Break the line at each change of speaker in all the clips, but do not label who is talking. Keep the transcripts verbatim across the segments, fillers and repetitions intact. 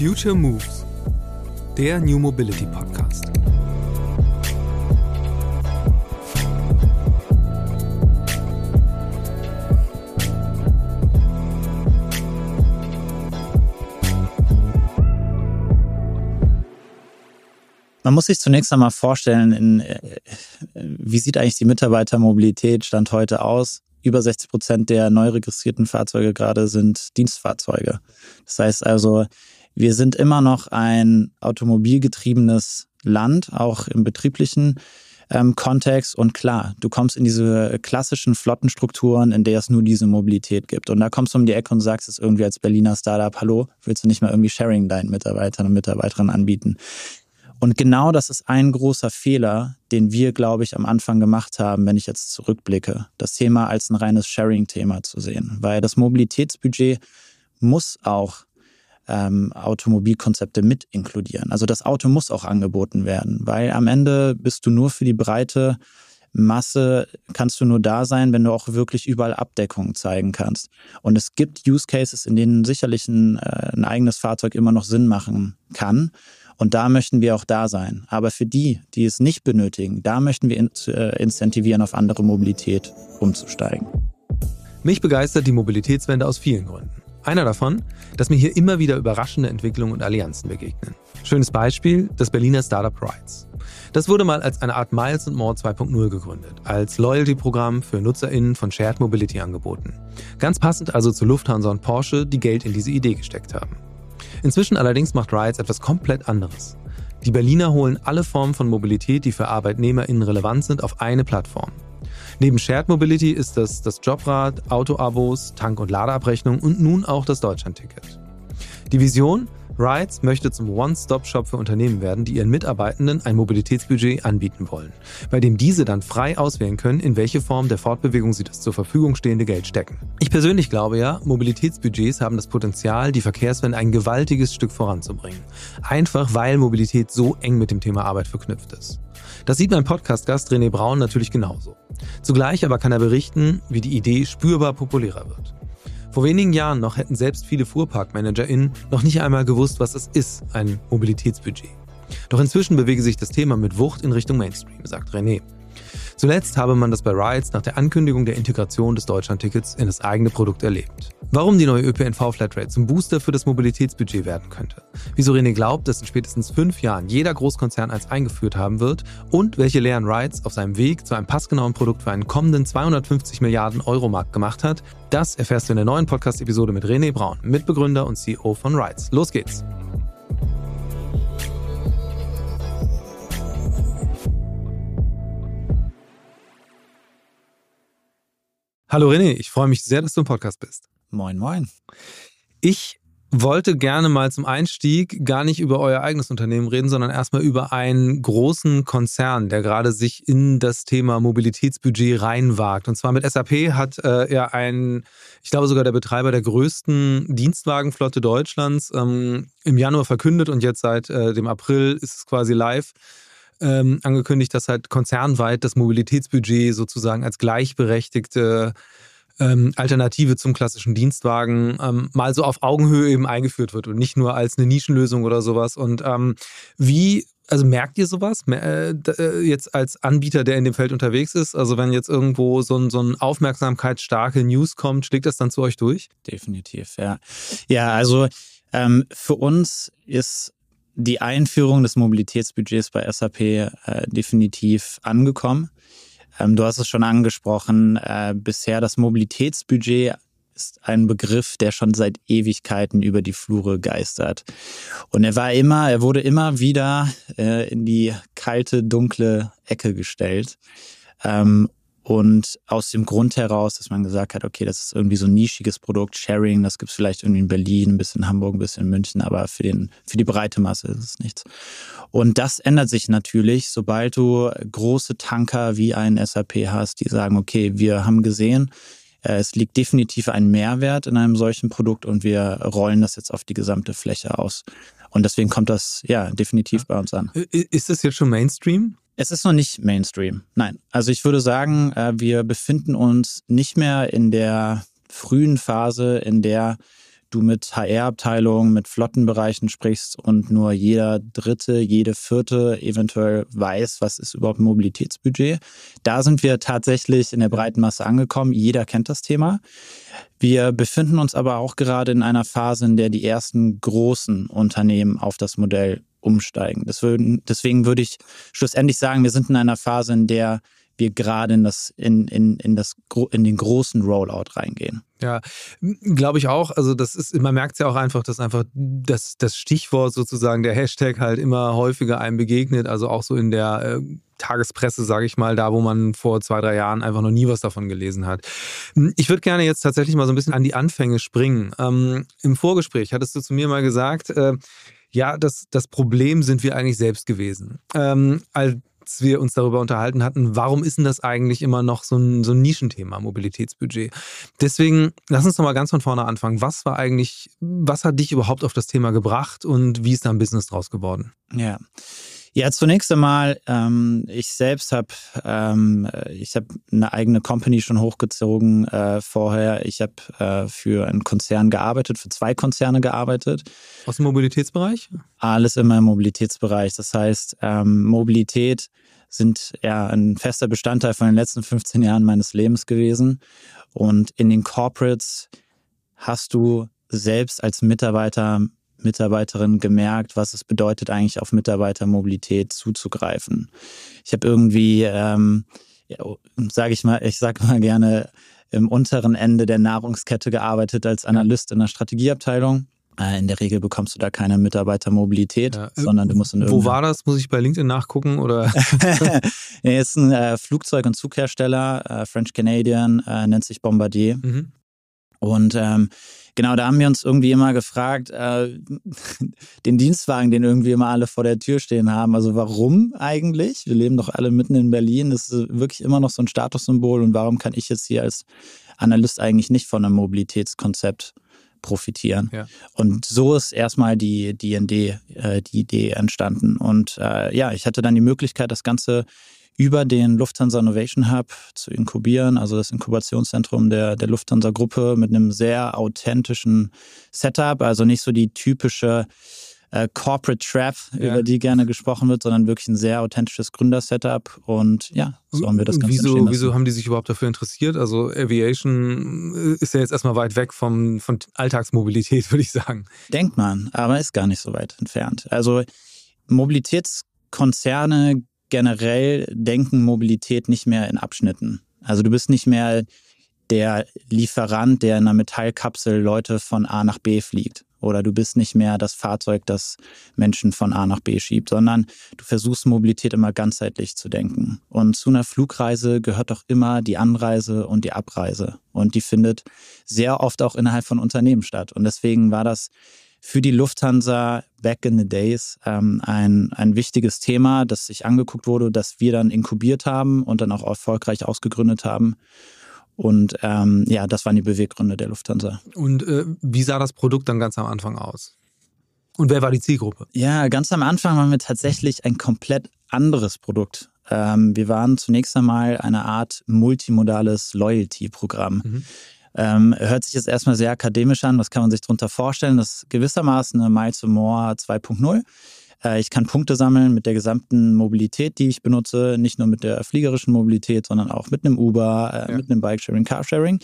Future Moves, der New Mobility Podcast.
Man muss sich zunächst einmal vorstellen, in, äh, wie sieht eigentlich die Mitarbeitermobilität Stand heute aus? Über sechzig Prozent der neu registrierten Fahrzeuge gerade sind Dienstfahrzeuge. Das heißt also, wir sind immer noch ein automobilgetriebenes Land, auch im betrieblichen ähm, Kontext. Und klar, du kommst in diese klassischen Flottenstrukturen, in der es nur diese Mobilität gibt. Und da kommst du um die Ecke und sagst es irgendwie als Berliner Startup, hallo, willst du nicht mal irgendwie Sharing deinen Mitarbeitern und Mitarbeiterinnen anbieten? Und genau das ist ein großer Fehler, den wir, glaube ich, am Anfang gemacht haben, wenn ich jetzt zurückblicke, das Thema als ein reines Sharing-Thema zu sehen. Weil das Mobilitätsbudget muss auch ähm, Automobilkonzepte mit inkludieren. Also das Auto muss auch angeboten werden, weil am Ende bist du nur für die breite Masse, kannst du nur da sein, wenn du auch wirklich überall Abdeckung zeigen kannst. Und es gibt Use Cases, in denen sicherlich ein, äh, ein eigenes Fahrzeug immer noch Sinn machen kann. Und da möchten wir auch da sein. Aber für die, die es nicht benötigen, da möchten wir in, äh, incentivieren, auf andere Mobilität umzusteigen.
Mich begeistert die Mobilitätswende aus vielen Gründen. Einer davon, dass mir hier immer wieder überraschende Entwicklungen und Allianzen begegnen. Schönes Beispiel, das Berliner Startup Rides. Das wurde mal als eine Art Miles and More zwei Punkt null gegründet, als Loyalty-Programm für NutzerInnen von Shared Mobility angeboten. Ganz passend also zu Lufthansa und Porsche, die Geld in diese Idee gesteckt haben. Inzwischen allerdings macht Rides etwas komplett anderes. Die Berliner holen alle Formen von Mobilität, die für ArbeitnehmerInnen relevant sind, auf eine Plattform. Neben Shared Mobility ist das das Jobrad, Autoabos, Tank- und Ladeabrechnung und nun auch das Deutschlandticket. Die Vision? Rides möchte zum One-Stop-Shop für Unternehmen werden, die ihren Mitarbeitenden ein Mobilitätsbudget anbieten wollen, bei dem diese dann frei auswählen können, in welche Form der Fortbewegung sie das zur Verfügung stehende Geld stecken. Ich persönlich glaube ja, Mobilitätsbudgets haben das Potenzial, die Verkehrswende ein gewaltiges Stück voranzubringen. Einfach weil Mobilität so eng mit dem Thema Arbeit verknüpft ist. Das sieht mein Podcast-Gast René Braun natürlich genauso. Zugleich aber kann er berichten, wie die Idee spürbar populärer wird. Vor wenigen Jahren noch hätten selbst viele FuhrparkmanagerInnen noch nicht einmal gewusst, was es ist, ein Mobilitätsbudget. Doch inzwischen bewege sich das Thema mit Wucht in Richtung Mainstream, sagt René. Zuletzt habe man das bei Rides nach der Ankündigung der Integration des Deutschlandtickets in das eigene Produkt erlebt. Warum die neue Ö P N V-Flatrate zum Booster für das Mobilitätsbudget werden könnte, wieso René glaubt, dass in spätestens fünf Jahren jeder Großkonzern eins eingeführt haben wird und welche Lehren Rides auf seinem Weg zu einem passgenauen Produkt für einen kommenden zweihundertfünfzig Milliarden Euro Markt gemacht hat, das erfährst du in der neuen Podcast-Episode mit René Braun, Mitbegründer und C E O von Rides. Los geht's! Hallo René, ich freue mich sehr, dass du im Podcast bist.
Moin, moin.
Ich wollte gerne mal zum Einstieg gar nicht über euer eigenes Unternehmen reden, sondern erstmal über einen großen Konzern, der gerade sich in das Thema Mobilitätsbudget reinwagt. Und zwar mit S A P hat äh, er ein, ich glaube sogar der Betreiber der größten Dienstwagenflotte Deutschlands, ähm, im Januar verkündet und jetzt seit äh, dem April ist es quasi live. Ähm, angekündigt, dass halt konzernweit das Mobilitätsbudget sozusagen als gleichberechtigte ähm, Alternative zum klassischen Dienstwagen ähm, mal so auf Augenhöhe eben eingeführt wird und nicht nur als eine Nischenlösung oder sowas. Und ähm, wie, also merkt ihr sowas äh, jetzt als Anbieter, der in dem Feld unterwegs ist? Also wenn jetzt irgendwo so ein, so ein aufmerksamkeitsstarke News kommt, schlägt das dann zu euch durch?
Definitiv, ja. Ja, also ähm, für uns ist die Einführung des Mobilitätsbudgets bei S A P äh, definitiv angekommen. Ähm, du hast es schon angesprochen, äh, bisher das Mobilitätsbudget ist ein Begriff, der schon seit Ewigkeiten über die Flure geistert. Und er war immer, er wurde immer wieder äh, in die kalte, dunkle Ecke gestellt. Ähm, Und aus dem Grund heraus, dass man gesagt hat, okay, das ist irgendwie so ein nischiges Produkt, Sharing, das gibt es vielleicht irgendwie in Berlin, ein bisschen in Hamburg, ein bisschen in München, aber für, den, für die breite Masse ist es nichts. Und das ändert sich natürlich, sobald du große Tanker wie einen S A P hast, die sagen, okay, wir haben gesehen, es liegt definitiv ein Mehrwert in einem solchen Produkt und wir rollen das jetzt auf die gesamte Fläche aus. Und deswegen kommt das ja definitiv bei uns an.
Ist das jetzt schon Mainstream?
Es ist noch nicht Mainstream, nein. Also ich würde sagen, wir befinden uns nicht mehr in der frühen Phase, in der du mit H R-Abteilungen, mit Flottenbereichen sprichst und nur jeder Dritte, jede Vierte eventuell weiß, was ist überhaupt ein Mobilitätsbudget. Da sind wir tatsächlich in der breiten Masse angekommen. Jeder kennt das Thema. Wir befinden uns aber auch gerade in einer Phase, in der die ersten großen Unternehmen auf das Modell umsteigen. Deswegen, deswegen würde ich schlussendlich sagen, wir sind in einer Phase, in der wir gerade in das in in in das in den großen Rollout reingehen.
Ja, glaube ich auch. Also das ist, man merkt es ja auch einfach, dass einfach das, das Stichwort sozusagen, der Hashtag halt immer häufiger einem begegnet. Also auch so in der äh, Tagespresse, sage ich mal, da wo man vor zwei, drei Jahren einfach noch nie was davon gelesen hat. Ich würde gerne jetzt tatsächlich mal so ein bisschen an die Anfänge springen. Ähm, Im Vorgespräch hattest du zu mir mal gesagt, äh, ja, das, das Problem sind wir eigentlich selbst gewesen. Ähm, als wir uns darüber unterhalten hatten, warum ist denn das eigentlich immer noch so ein, so ein Nischenthema, Mobilitätsbudget? Deswegen, lass uns doch mal ganz von vorne anfangen. Was war eigentlich, was hat dich überhaupt auf das Thema gebracht und wie ist da ein Business draus geworden?
Ja. Ja, zunächst einmal, ähm, ich selbst habe ähm, ich habe eine eigene Company schon hochgezogen äh, vorher. Ich habe äh, für einen Konzern gearbeitet, für zwei Konzerne gearbeitet.
Aus dem Mobilitätsbereich?
Alles immer im Mobilitätsbereich. Das heißt, ähm, Mobilität sind ja ein fester Bestandteil von den letzten fünfzehn Jahren meines Lebens gewesen. Und in den Corporates hast du selbst als Mitarbeiter Mitarbeiterin gemerkt, was es bedeutet, eigentlich auf Mitarbeitermobilität zuzugreifen. Ich habe irgendwie, ähm, ja, sage ich mal, ich sage mal gerne, im unteren Ende der Nahrungskette gearbeitet als Analyst in der Strategieabteilung. Äh, in der Regel bekommst du da keine Mitarbeitermobilität, ja, sondern du musst in
Wo war das? Muss ich bei LinkedIn nachgucken? Oder?
Er ist ein äh, Flugzeug- und Zughersteller, äh, French Canadian, äh, nennt sich Bombardier. Mhm. Und ähm, genau, da haben wir uns irgendwie immer gefragt, äh, den Dienstwagen, den irgendwie immer alle vor der Tür stehen haben, also warum eigentlich? Wir leben doch alle mitten in Berlin, das ist wirklich immer noch so ein Statussymbol und warum kann ich jetzt hier als Analyst eigentlich nicht von einem Mobilitätskonzept profitieren? Ja. Und so ist erstmal die D N D, äh, die Idee entstanden. Und äh, ja, ich hatte dann die Möglichkeit, das Ganze über den Lufthansa Innovation Hub zu inkubieren, also das Inkubationszentrum der, der Lufthansa-Gruppe mit einem sehr authentischen Setup, also nicht so die typische äh, Corporate Trap, ja, über die gerne gesprochen wird, sondern wirklich ein sehr authentisches Gründersetup und ja, so haben wir das Ganze
wieso, wieso haben die sich überhaupt dafür interessiert? Also Aviation ist ja jetzt erstmal weit weg vom, von Alltagsmobilität, würde ich sagen.
Denkt man, aber ist gar nicht so weit entfernt. Also Mobilitätskonzerne generell denken Mobilität nicht mehr in Abschnitten. Also du bist nicht mehr der Lieferant, der in einer Metallkapsel Leute von A nach B fliegt. Oder du bist nicht mehr das Fahrzeug, das Menschen von A nach B schiebt, sondern du versuchst Mobilität immer ganzheitlich zu denken. Und zu einer Flugreise gehört doch immer die Anreise und die Abreise. Und die findet sehr oft auch innerhalb von Unternehmen statt. Und deswegen war das für die Lufthansa back in the days ähm, ein, ein wichtiges Thema, das sich angeguckt wurde, das wir dann inkubiert haben und dann auch erfolgreich ausgegründet haben. Und ähm, ja, das waren die Beweggründe der Lufthansa.
Und äh, wie sah das Produkt dann ganz am Anfang aus? Und wer war die Zielgruppe?
Ja, ganz am Anfang waren wir tatsächlich ein komplett anderes Produkt. Ähm, wir waren zunächst einmal eine Art multimodales Loyalty-Programm. Mhm. Ähm, hört sich jetzt erstmal sehr akademisch an, was kann man sich darunter vorstellen? Das ist gewissermaßen eine Miles to More zwei Punkt null. Äh, ich kann Punkte sammeln mit der gesamten Mobilität, die ich benutze, nicht nur mit der fliegerischen Mobilität, sondern auch mit einem Uber, äh, ja. mit einem Bikesharing, Carsharing.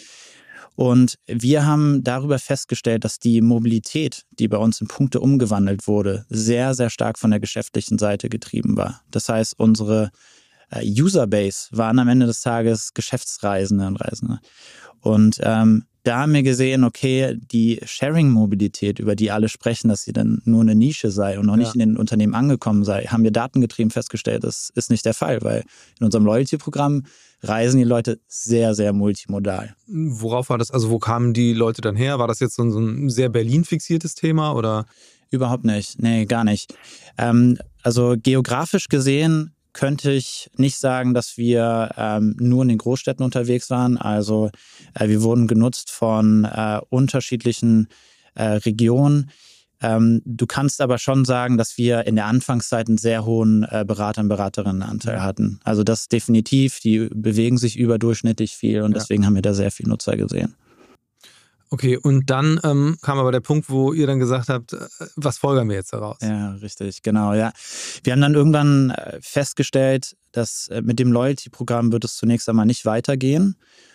Und wir haben darüber festgestellt, dass die Mobilität, die bei uns in Punkte umgewandelt wurde, sehr, sehr stark von der geschäftlichen Seite getrieben war. Das heißt, unsere äh, Userbase waren am Ende des Tages Geschäftsreisende und Reisende. Und ähm, da haben wir gesehen, okay, die Sharing-Mobilität, über die alle sprechen, dass sie dann nur eine Nische sei und noch nicht ja. in den Unternehmen angekommen sei, haben wir datengetrieben festgestellt, das ist nicht der Fall, weil in unserem Loyalty-Programm reisen die Leute sehr, sehr multimodal.
Worauf war das, also wo kamen die Leute dann her? War das jetzt so ein, so ein sehr Berlin-fixiertes Thema oder?
Überhaupt nicht, nee, gar nicht. Ähm, also geografisch gesehen könnte ich nicht sagen, dass wir ähm, nur in den Großstädten unterwegs waren. Also äh, wir wurden genutzt von äh, unterschiedlichen äh, Regionen. Ähm, du kannst aber schon sagen, dass wir in der Anfangszeit einen sehr hohen äh, Berater- und Beraterinnenanteil hatten. Also das definitiv, die bewegen sich überdurchschnittlich viel und ja. deswegen haben wir da sehr viel Nutzer gesehen.
Okay, und dann ähm, kam aber der Punkt, wo ihr dann gesagt habt, äh, was folgern wir jetzt daraus?
Ja, richtig, genau, ja. Wir haben dann irgendwann festgestellt, dass mit dem Loyalty-Programm wird es zunächst einmal nicht weitergehen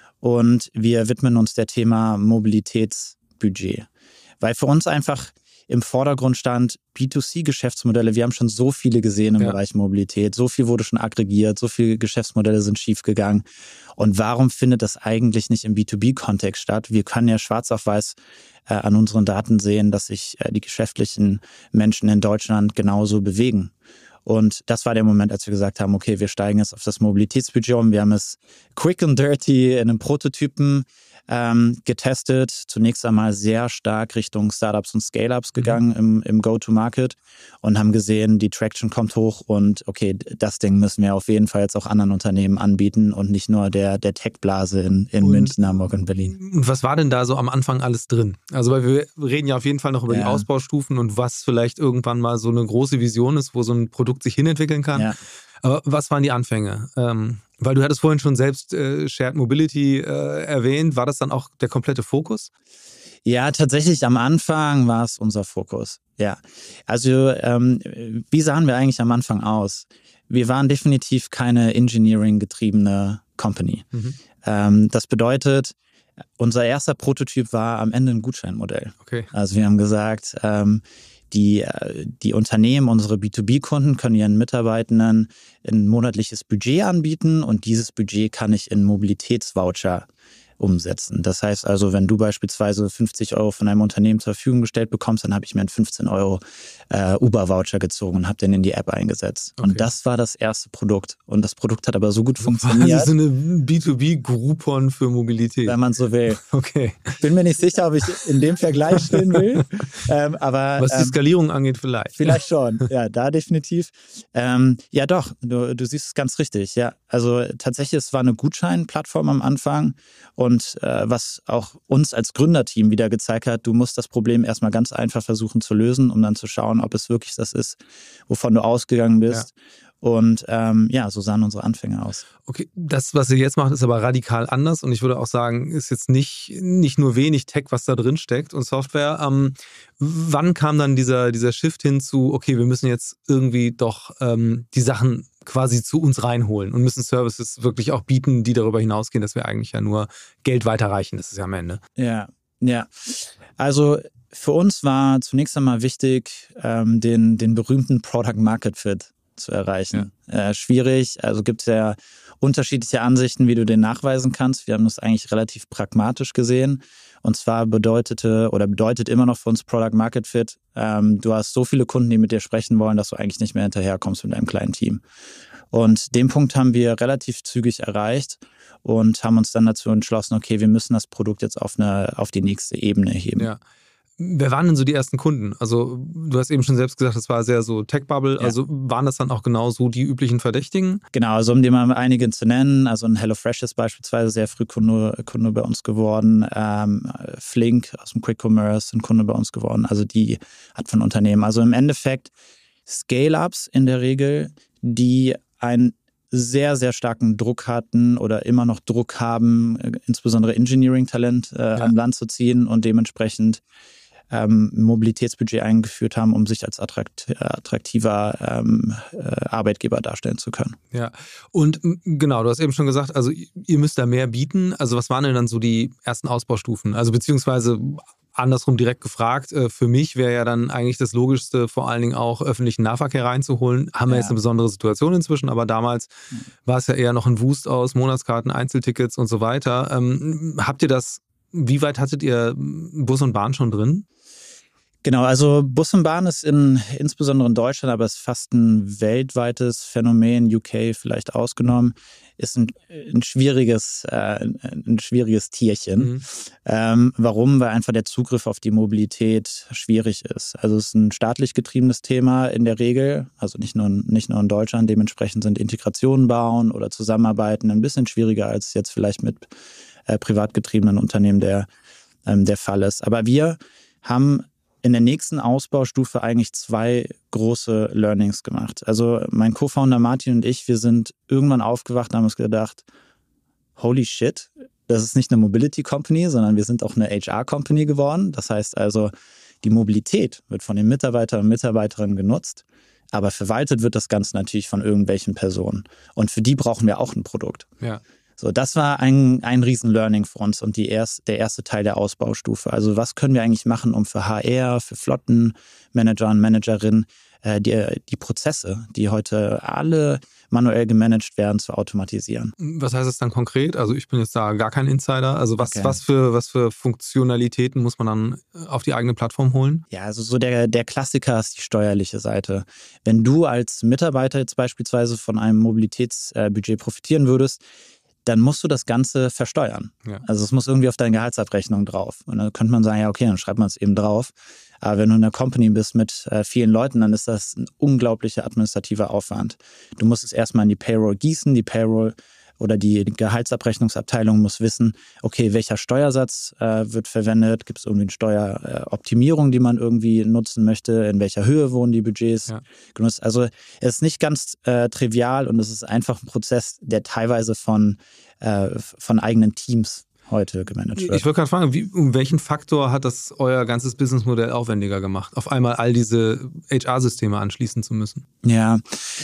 und wir widmen uns der Thema Mobilitätsbudget. Weil für uns einfach im Vordergrund stand B zwei C-Geschäftsmodelle. Wir haben schon so viele gesehen im ja. Bereich Mobilität. So viel wurde schon aggregiert. So viele Geschäftsmodelle sind schiefgegangen. Und warum findet das eigentlich nicht im B zwei B-Kontext statt? Wir können ja schwarz auf weiß äh, an unseren Daten sehen, dass sich äh, die geschäftlichen Menschen in Deutschland genauso bewegen. Und das war der Moment, als wir gesagt haben, okay, wir steigen jetzt auf das Mobilitätsbudget um. Wir haben es quick and dirty in einem Prototypen ähm, getestet. Zunächst einmal sehr stark Richtung Startups und Scale-Ups gegangen mhm. im, im Go-to-Market und haben gesehen, die Traction kommt hoch und okay, das Ding müssen wir auf jeden Fall jetzt auch anderen Unternehmen anbieten und nicht nur der, der Tech-Blase in, in München, Hamburg und Berlin.
Und was war denn da so am Anfang alles drin? Also weil wir reden ja auf jeden Fall noch über ja. die Ausbaustufen und was vielleicht irgendwann mal so eine große Vision ist, wo so ein Produkt sich hinentwickeln kann. Ja. Aber was waren die Anfänge? Ähm, weil du hattest vorhin schon selbst äh, Shared Mobility äh, erwähnt. War das dann auch der komplette Fokus?
Ja, tatsächlich am Anfang war es unser Fokus. Ja, also ähm, wie sahen wir eigentlich am Anfang aus? Wir waren definitiv keine Engineering-getriebene Company. Mhm. Ähm, das bedeutet, unser erster Prototyp war am Ende ein Gutscheinmodell.
Okay.
Also wir haben gesagt, ähm, Die, die Unternehmen, unsere B zwei B-Kunden können ihren Mitarbeitenden ein monatliches Budget anbieten und dieses Budget kann ich in Mobilitätsvoucher umsetzen. Das heißt also, wenn du beispielsweise fünfzig Euro von einem Unternehmen zur Verfügung gestellt bekommst, dann habe ich mir einen fünfzehn Euro äh, Uber-Voucher gezogen und habe den in die App eingesetzt. Okay. Und das war das erste Produkt. Und das Produkt hat aber so gut funktioniert.
Das ist so eine B zwei B-Groupon für Mobilität.
Wenn man so will.
Okay.
Bin mir nicht sicher, ob ich in dem Vergleich stehen will. ähm, aber,
Was die
ähm,
Skalierung angeht, vielleicht.
Vielleicht schon. Ja, da definitiv. Ähm, ja, doch. Du, du siehst es ganz richtig. Ja, also tatsächlich, es war eine Gutscheinplattform am Anfang. Und äh, was auch uns als Gründerteam wieder gezeigt hat, du musst das Problem erstmal ganz einfach versuchen zu lösen, um dann zu schauen, ob es wirklich das ist, wovon du ausgegangen bist. Ja. Und ähm, ja, so sahen unsere Anfänge aus.
Okay, das, was ihr jetzt macht, ist aber radikal anders. Und ich würde auch sagen, ist jetzt nicht, nicht nur wenig Tech, was da drin steckt und Software. Ähm, wann kam dann dieser, dieser Shift hin zu, okay, wir müssen jetzt irgendwie doch ähm, die Sachen quasi zu uns reinholen und müssen Services wirklich auch bieten, die darüber hinausgehen, dass wir eigentlich ja nur Geld weiterreichen. Das ist ja am Ende.
Ja, ja. Also für uns war zunächst einmal wichtig, ähm, den, den berühmten Product-Market-Fit zu erreichen. Ja. Äh, schwierig, also gibt es ja unterschiedliche Ansichten, wie du den nachweisen kannst. Wir haben das eigentlich relativ pragmatisch gesehen. Und zwar bedeutete oder bedeutet immer noch für uns Product Market Fit, ähm, du hast so viele Kunden, die mit dir sprechen wollen, dass du eigentlich nicht mehr hinterherkommst mit einem kleinen Team. Und den Punkt haben wir relativ zügig erreicht und haben uns dann dazu entschlossen, okay, wir müssen das Produkt jetzt auf eine, auf die nächste Ebene heben.
Ja. Wer waren denn so die ersten Kunden? Also du hast eben schon selbst gesagt, das war sehr so Tech-Bubble. Ja. Also waren das dann auch genau so die üblichen Verdächtigen?
Genau, also um dir mal einige zu nennen. Also ein HelloFresh ist beispielsweise sehr früh Kunde, Kunde bei uns geworden. Ähm, Flink aus dem Quick Commerce sind Kunde bei uns geworden. Also die Art von Unternehmen. Also im Endeffekt Scale-Ups in der Regel, die einen sehr, sehr starken Druck hatten oder immer noch Druck haben, insbesondere Engineering-Talent äh, ja. an Land zu ziehen und dementsprechend Ähm, Mobilitätsbudget eingeführt haben, um sich als attrakt, attraktiver ähm, äh, Arbeitgeber darstellen zu können.
Ja, und genau, du hast eben schon gesagt, also ihr müsst da mehr bieten. Also was waren denn dann so die ersten Ausbaustufen? Also beziehungsweise andersrum direkt gefragt, äh, für mich wäre ja dann eigentlich das Logischste, vor allen Dingen auch öffentlichen Nahverkehr reinzuholen. Haben wir ja. jetzt eine besondere Situation inzwischen, aber damals mhm. war es ja eher noch ein Wust aus Monatskarten, Einzeltickets und so weiter. Ähm, habt ihr das, wie weit hattet ihr Bus und Bahn schon drin?
Genau, also Bus und Bahn ist in, insbesondere in Deutschland, aber ist fast ein weltweites Phänomen, U K vielleicht ausgenommen, ist ein, ein schwieriges, äh, ein schwieriges Tierchen. Mhm. Ähm, warum? Weil einfach der Zugriff auf die Mobilität schwierig ist. Also es ist ein staatlich getriebenes Thema in der Regel, also nicht nur, nicht nur in Deutschland. Dementsprechend sind Integrationen bauen oder Zusammenarbeiten ein bisschen schwieriger als jetzt vielleicht mit äh, privat getriebenen Unternehmen der, ähm, der Fall ist. Aber wir haben in der nächsten Ausbaustufe eigentlich zwei große Learnings gemacht. Also mein Co-Founder Martin und ich, wir sind irgendwann aufgewacht und haben uns gedacht, holy shit, Das ist nicht eine Mobility Company, sondern wir sind auch eine H R Company geworden. Das heißt also, die Mobilität wird von den Mitarbeitern und Mitarbeiterinnen genutzt, aber verwaltet wird das Ganze natürlich von irgendwelchen Personen. Und für die brauchen wir auch ein Produkt.
Ja.
So, das war ein, ein Riesen-Learning für uns und die erst, der erste Teil der Ausbaustufe. Also was können wir eigentlich machen, um für H R, für Flottenmanager und Managerinnen äh, die, die Prozesse, die heute alle manuell gemanagt werden, zu automatisieren.
Was heißt das dann konkret? Also ich bin jetzt da gar kein Insider. Also was,
Okay.
was, für, was für Funktionalitäten muss man dann auf die eigene Plattform holen?
Ja, also so der, der Klassiker ist die steuerliche Seite. Wenn du als Mitarbeiter jetzt beispielsweise von einem Mobilitätsbudget profitieren würdest, dann musst du das Ganze versteuern.
Ja.
Also es muss irgendwie auf deine Gehaltsabrechnung drauf. Und dann könnte man sagen, ja okay, dann schreibt man es eben drauf. Aber wenn du in einer Company bist mit äh, vielen Leuten, dann ist das ein unglaublicher administrativer Aufwand. Du musst es erstmal in die Payroll gießen, die Payroll oder die Gehaltsabrechnungsabteilung muss wissen, okay, welcher Steuersatz äh, wird verwendet, gibt es irgendwie eine Steueroptimierung, die man irgendwie nutzen möchte, in welcher Höhe wurden die Budgets
Ja.
genutzt. Also es ist nicht ganz äh, trivial und es ist einfach ein Prozess, der teilweise von, äh, von eigenen Teams heute gemanagt wird.
Ich wollte gerade fragen, wie, um welchen Faktor hat das euer ganzes Businessmodell aufwendiger gemacht, auf einmal all diese H R-Systeme anschließen zu müssen?
Ja,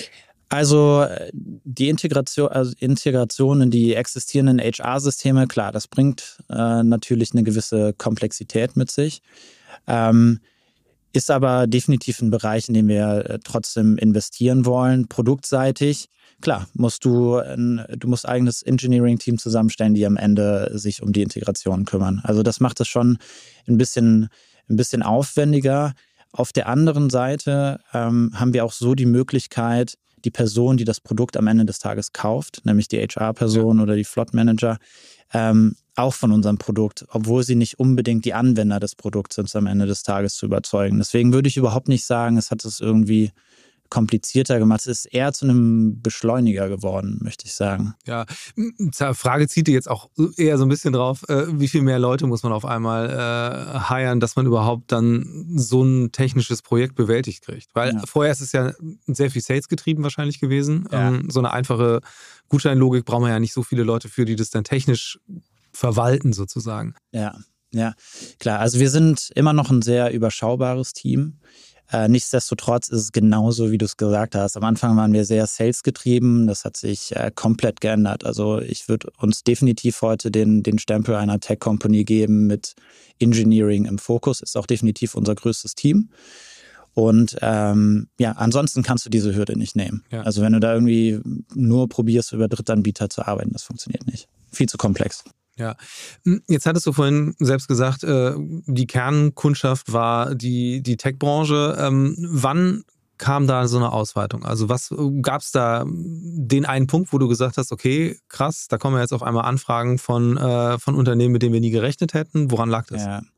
also die Integration, also Integration in die existierenden H R-Systeme, klar, das bringt äh, natürlich eine gewisse Komplexität mit sich, ähm, ist aber definitiv ein Bereich, in dem wir äh, trotzdem investieren wollen, produktseitig. Klar, musst du, ein, du musst ein eigenes Engineering-Team zusammenstellen, die am Ende sich um die Integration kümmern. Also das macht es schon ein bisschen, ein bisschen aufwendiger. Auf der anderen Seite ähm, haben wir auch so die Möglichkeit, die Person, die das Produkt am Ende des Tages kauft, nämlich die H R-Person ja. oder die Flot-Manager, ähm, auch von unserem Produkt, obwohl sie nicht unbedingt die Anwender des Produkts sind, am Ende des Tages zu überzeugen. Deswegen würde ich überhaupt nicht sagen, es hat es irgendwie komplizierter gemacht. Es ist eher zu einem Beschleuniger geworden, möchte ich sagen.
Ja, Frage zieht ihr jetzt auch eher so ein bisschen drauf, wie viel mehr Leute muss man auf einmal äh, hiren, dass man überhaupt dann so ein technisches Projekt bewältigt kriegt? Weil ja. vorher ist es ja sehr viel Sales getrieben wahrscheinlich gewesen. Ja. Ähm, so eine einfache Gutscheinlogik braucht man ja nicht so viele Leute für, die das dann technisch verwalten sozusagen.
Ja, ja, klar. Also wir sind immer noch ein sehr überschaubares Team. Äh, nichtsdestotrotz ist es genauso, wie du es gesagt hast. Am Anfang waren wir sehr sales-getrieben. Das hat sich äh, komplett geändert. Also ich würde uns definitiv heute den, den Stempel einer Tech-Company geben mit Engineering im Fokus. Ist auch definitiv unser größtes Team. Und ähm, ja, ansonsten kannst du diese Hürde nicht nehmen. Ja. Also wenn du da irgendwie nur probierst, über Drittanbieter zu arbeiten, das funktioniert nicht. Viel zu komplex.
Ja, jetzt hattest du vorhin selbst gesagt, die Kernkundschaft war die, die Tech-Branche. Wann kam da so eine Ausweitung? Also was gab es da den einen Punkt, wo du gesagt hast, okay, krass, da kommen ja jetzt auf einmal Anfragen von, von Unternehmen, mit denen wir nie gerechnet hätten. Woran lag das?
Ja.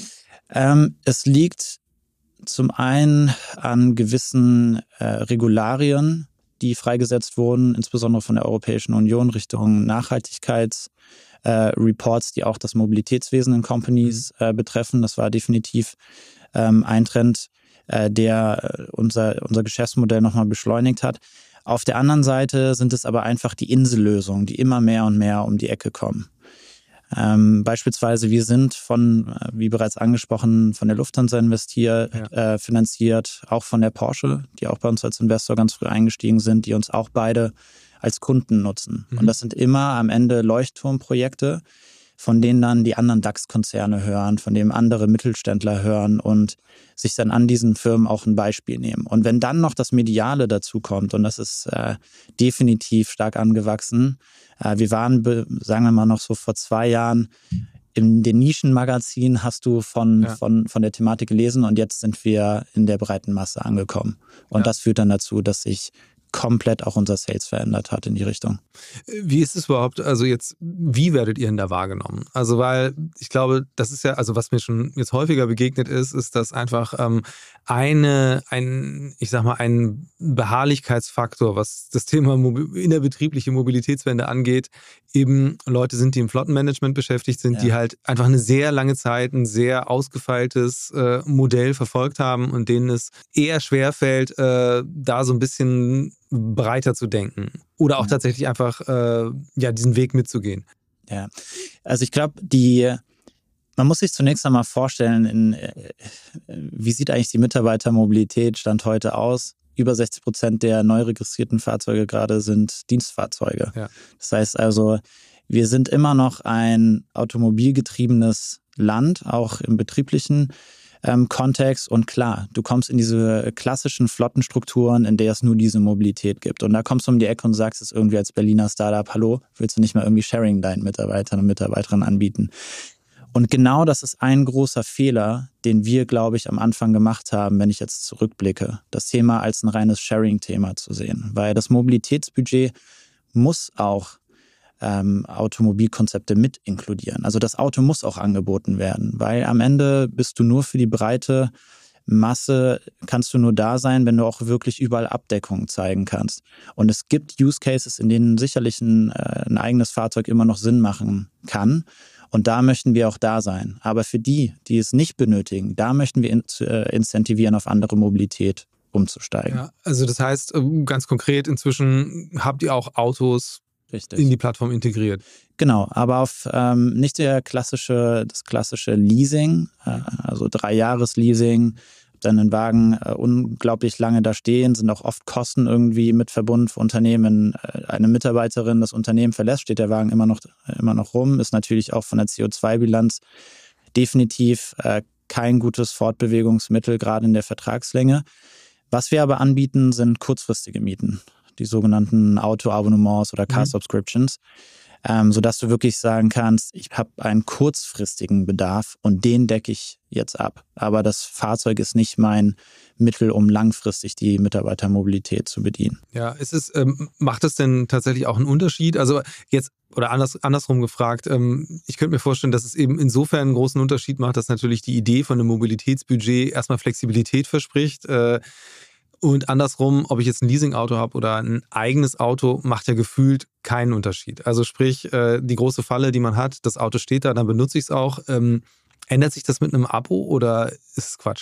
Ähm, es liegt zum einen an gewissen äh, Regularien, die freigesetzt wurden, insbesondere von der Europäischen Union Richtung Nachhaltigkeits- Äh, Reports, die auch das Mobilitätswesen in Companies äh, betreffen. Das war definitiv ähm, ein Trend, äh, der unser, unser Geschäftsmodell nochmal beschleunigt hat. Auf der anderen Seite sind es aber einfach die Insellösungen, die immer mehr und mehr um die Ecke kommen. Ähm, beispielsweise, wir sind von, wie bereits angesprochen, von der Lufthansa investiert, ja. äh, finanziert, auch von der Porsche, die auch bei uns als Investor ganz früh eingestiegen sind, die uns auch beide als Kunden nutzen. Mhm. Und das sind immer am Ende Leuchtturmprojekte, von denen dann die anderen DAX-Konzerne hören, von denen andere Mittelständler hören und sich dann an diesen Firmen auch ein Beispiel nehmen. Und wenn dann noch das Mediale dazu kommt, und das ist äh, definitiv stark angewachsen, äh, wir waren, sagen wir mal noch so vor zwei Jahren, in den Nischenmagazinen hast du von, ja. von, von der Thematik gelesen und jetzt sind wir in der breiten Masse angekommen. Und ja. das führt dann dazu, dass sich komplett auch unser Sales verändert hat in die Richtung.
Wie ist es überhaupt, also jetzt, wie werdet ihr denn da wahrgenommen? Also weil ich glaube, das ist ja, also was mir schon jetzt häufiger begegnet ist, ist, dass einfach ähm, eine, ein, ich sag mal, ein Beharrlichkeitsfaktor, was das Thema innerbetriebliche Mobilitätswende angeht, eben Leute sind, die im Flottenmanagement beschäftigt sind, ja. die halt einfach eine sehr lange Zeit ein sehr ausgefeiltes äh, Modell verfolgt haben und denen es eher schwerfällt, äh, da so ein bisschen breiter zu denken oder auch ja. tatsächlich einfach äh, ja diesen Weg mitzugehen.
Ja, also ich glaube, die man muss sich zunächst einmal vorstellen, in, äh, wie sieht eigentlich die Mitarbeitermobilität Stand heute aus? Über sechzig Prozent der neu registrierten Fahrzeuge gerade sind Dienstfahrzeuge.
Ja.
Das heißt also, wir sind immer noch ein automobilgetriebenes Land, auch im betrieblichen ähm, Kontext. Und klar, du kommst in diese klassischen Flottenstrukturen, in der es nur diese Mobilität gibt. Und da kommst du um die Ecke und sagst es irgendwie als Berliner Startup, hallo, willst du nicht mal irgendwie Sharing deinen Mitarbeitern und Mitarbeiterinnen anbieten? Und genau das ist ein großer Fehler, den wir, glaube ich, am Anfang gemacht haben, wenn ich jetzt zurückblicke, das Thema als ein reines Sharing-Thema zu sehen. Weil das Mobilitätsbudget muss auch ähm, Automobilkonzepte mit inkludieren. Also das Auto muss auch angeboten werden, weil am Ende bist du nur für die breite Masse, kannst du nur da sein, wenn du auch wirklich überall Abdeckung zeigen kannst. Und es gibt Use Cases, in denen sicherlich ein, äh, ein eigenes Fahrzeug immer noch Sinn machen kann. Und da möchten wir auch da sein. Aber für die, die es nicht benötigen, da möchten wir in, äh, incentivieren, auf andere Mobilität umzusteigen.
Ja, also das heißt, ganz konkret, inzwischen habt ihr auch Autos
Richtig.
in die Plattform integriert.
Genau, aber auf ähm, nicht der klassische, das klassische Leasing, äh, also Drei-Jahres-Leasing, dann einen Wagen äh, unglaublich lange da stehen, sind auch oft Kosten irgendwie mit verbunden für Unternehmen. Äh, eine Mitarbeiterin das Unternehmen verlässt, steht der Wagen immer noch, äh, immer noch rum, ist natürlich auch von der C O zwei Bilanz definitiv äh, kein gutes Fortbewegungsmittel, gerade in der Vertragslänge. Was wir aber anbieten, sind kurzfristige Mieten, die sogenannten Auto-Abonnements oder Car-Subscriptions. Ähm, sodass du wirklich sagen kannst, ich habe einen kurzfristigen Bedarf und den decke ich jetzt ab. Aber das Fahrzeug ist nicht mein Mittel, um langfristig die Mitarbeitermobilität zu bedienen.
Ja, ist es, ähm, macht es denn tatsächlich auch einen Unterschied? Also jetzt, oder anders, andersrum gefragt, ähm, ich könnte mir vorstellen, dass es eben insofern einen großen Unterschied macht, dass natürlich die Idee von einem Mobilitätsbudget erstmal Flexibilität verspricht. Äh, Und andersrum, ob ich jetzt ein Leasingauto habe oder ein eigenes Auto, macht ja gefühlt keinen Unterschied. Also sprich, die große Falle, die man hat, das Auto steht da, dann benutze ich es auch. Ähm, ändert sich das mit einem Abo oder ist es Quatsch?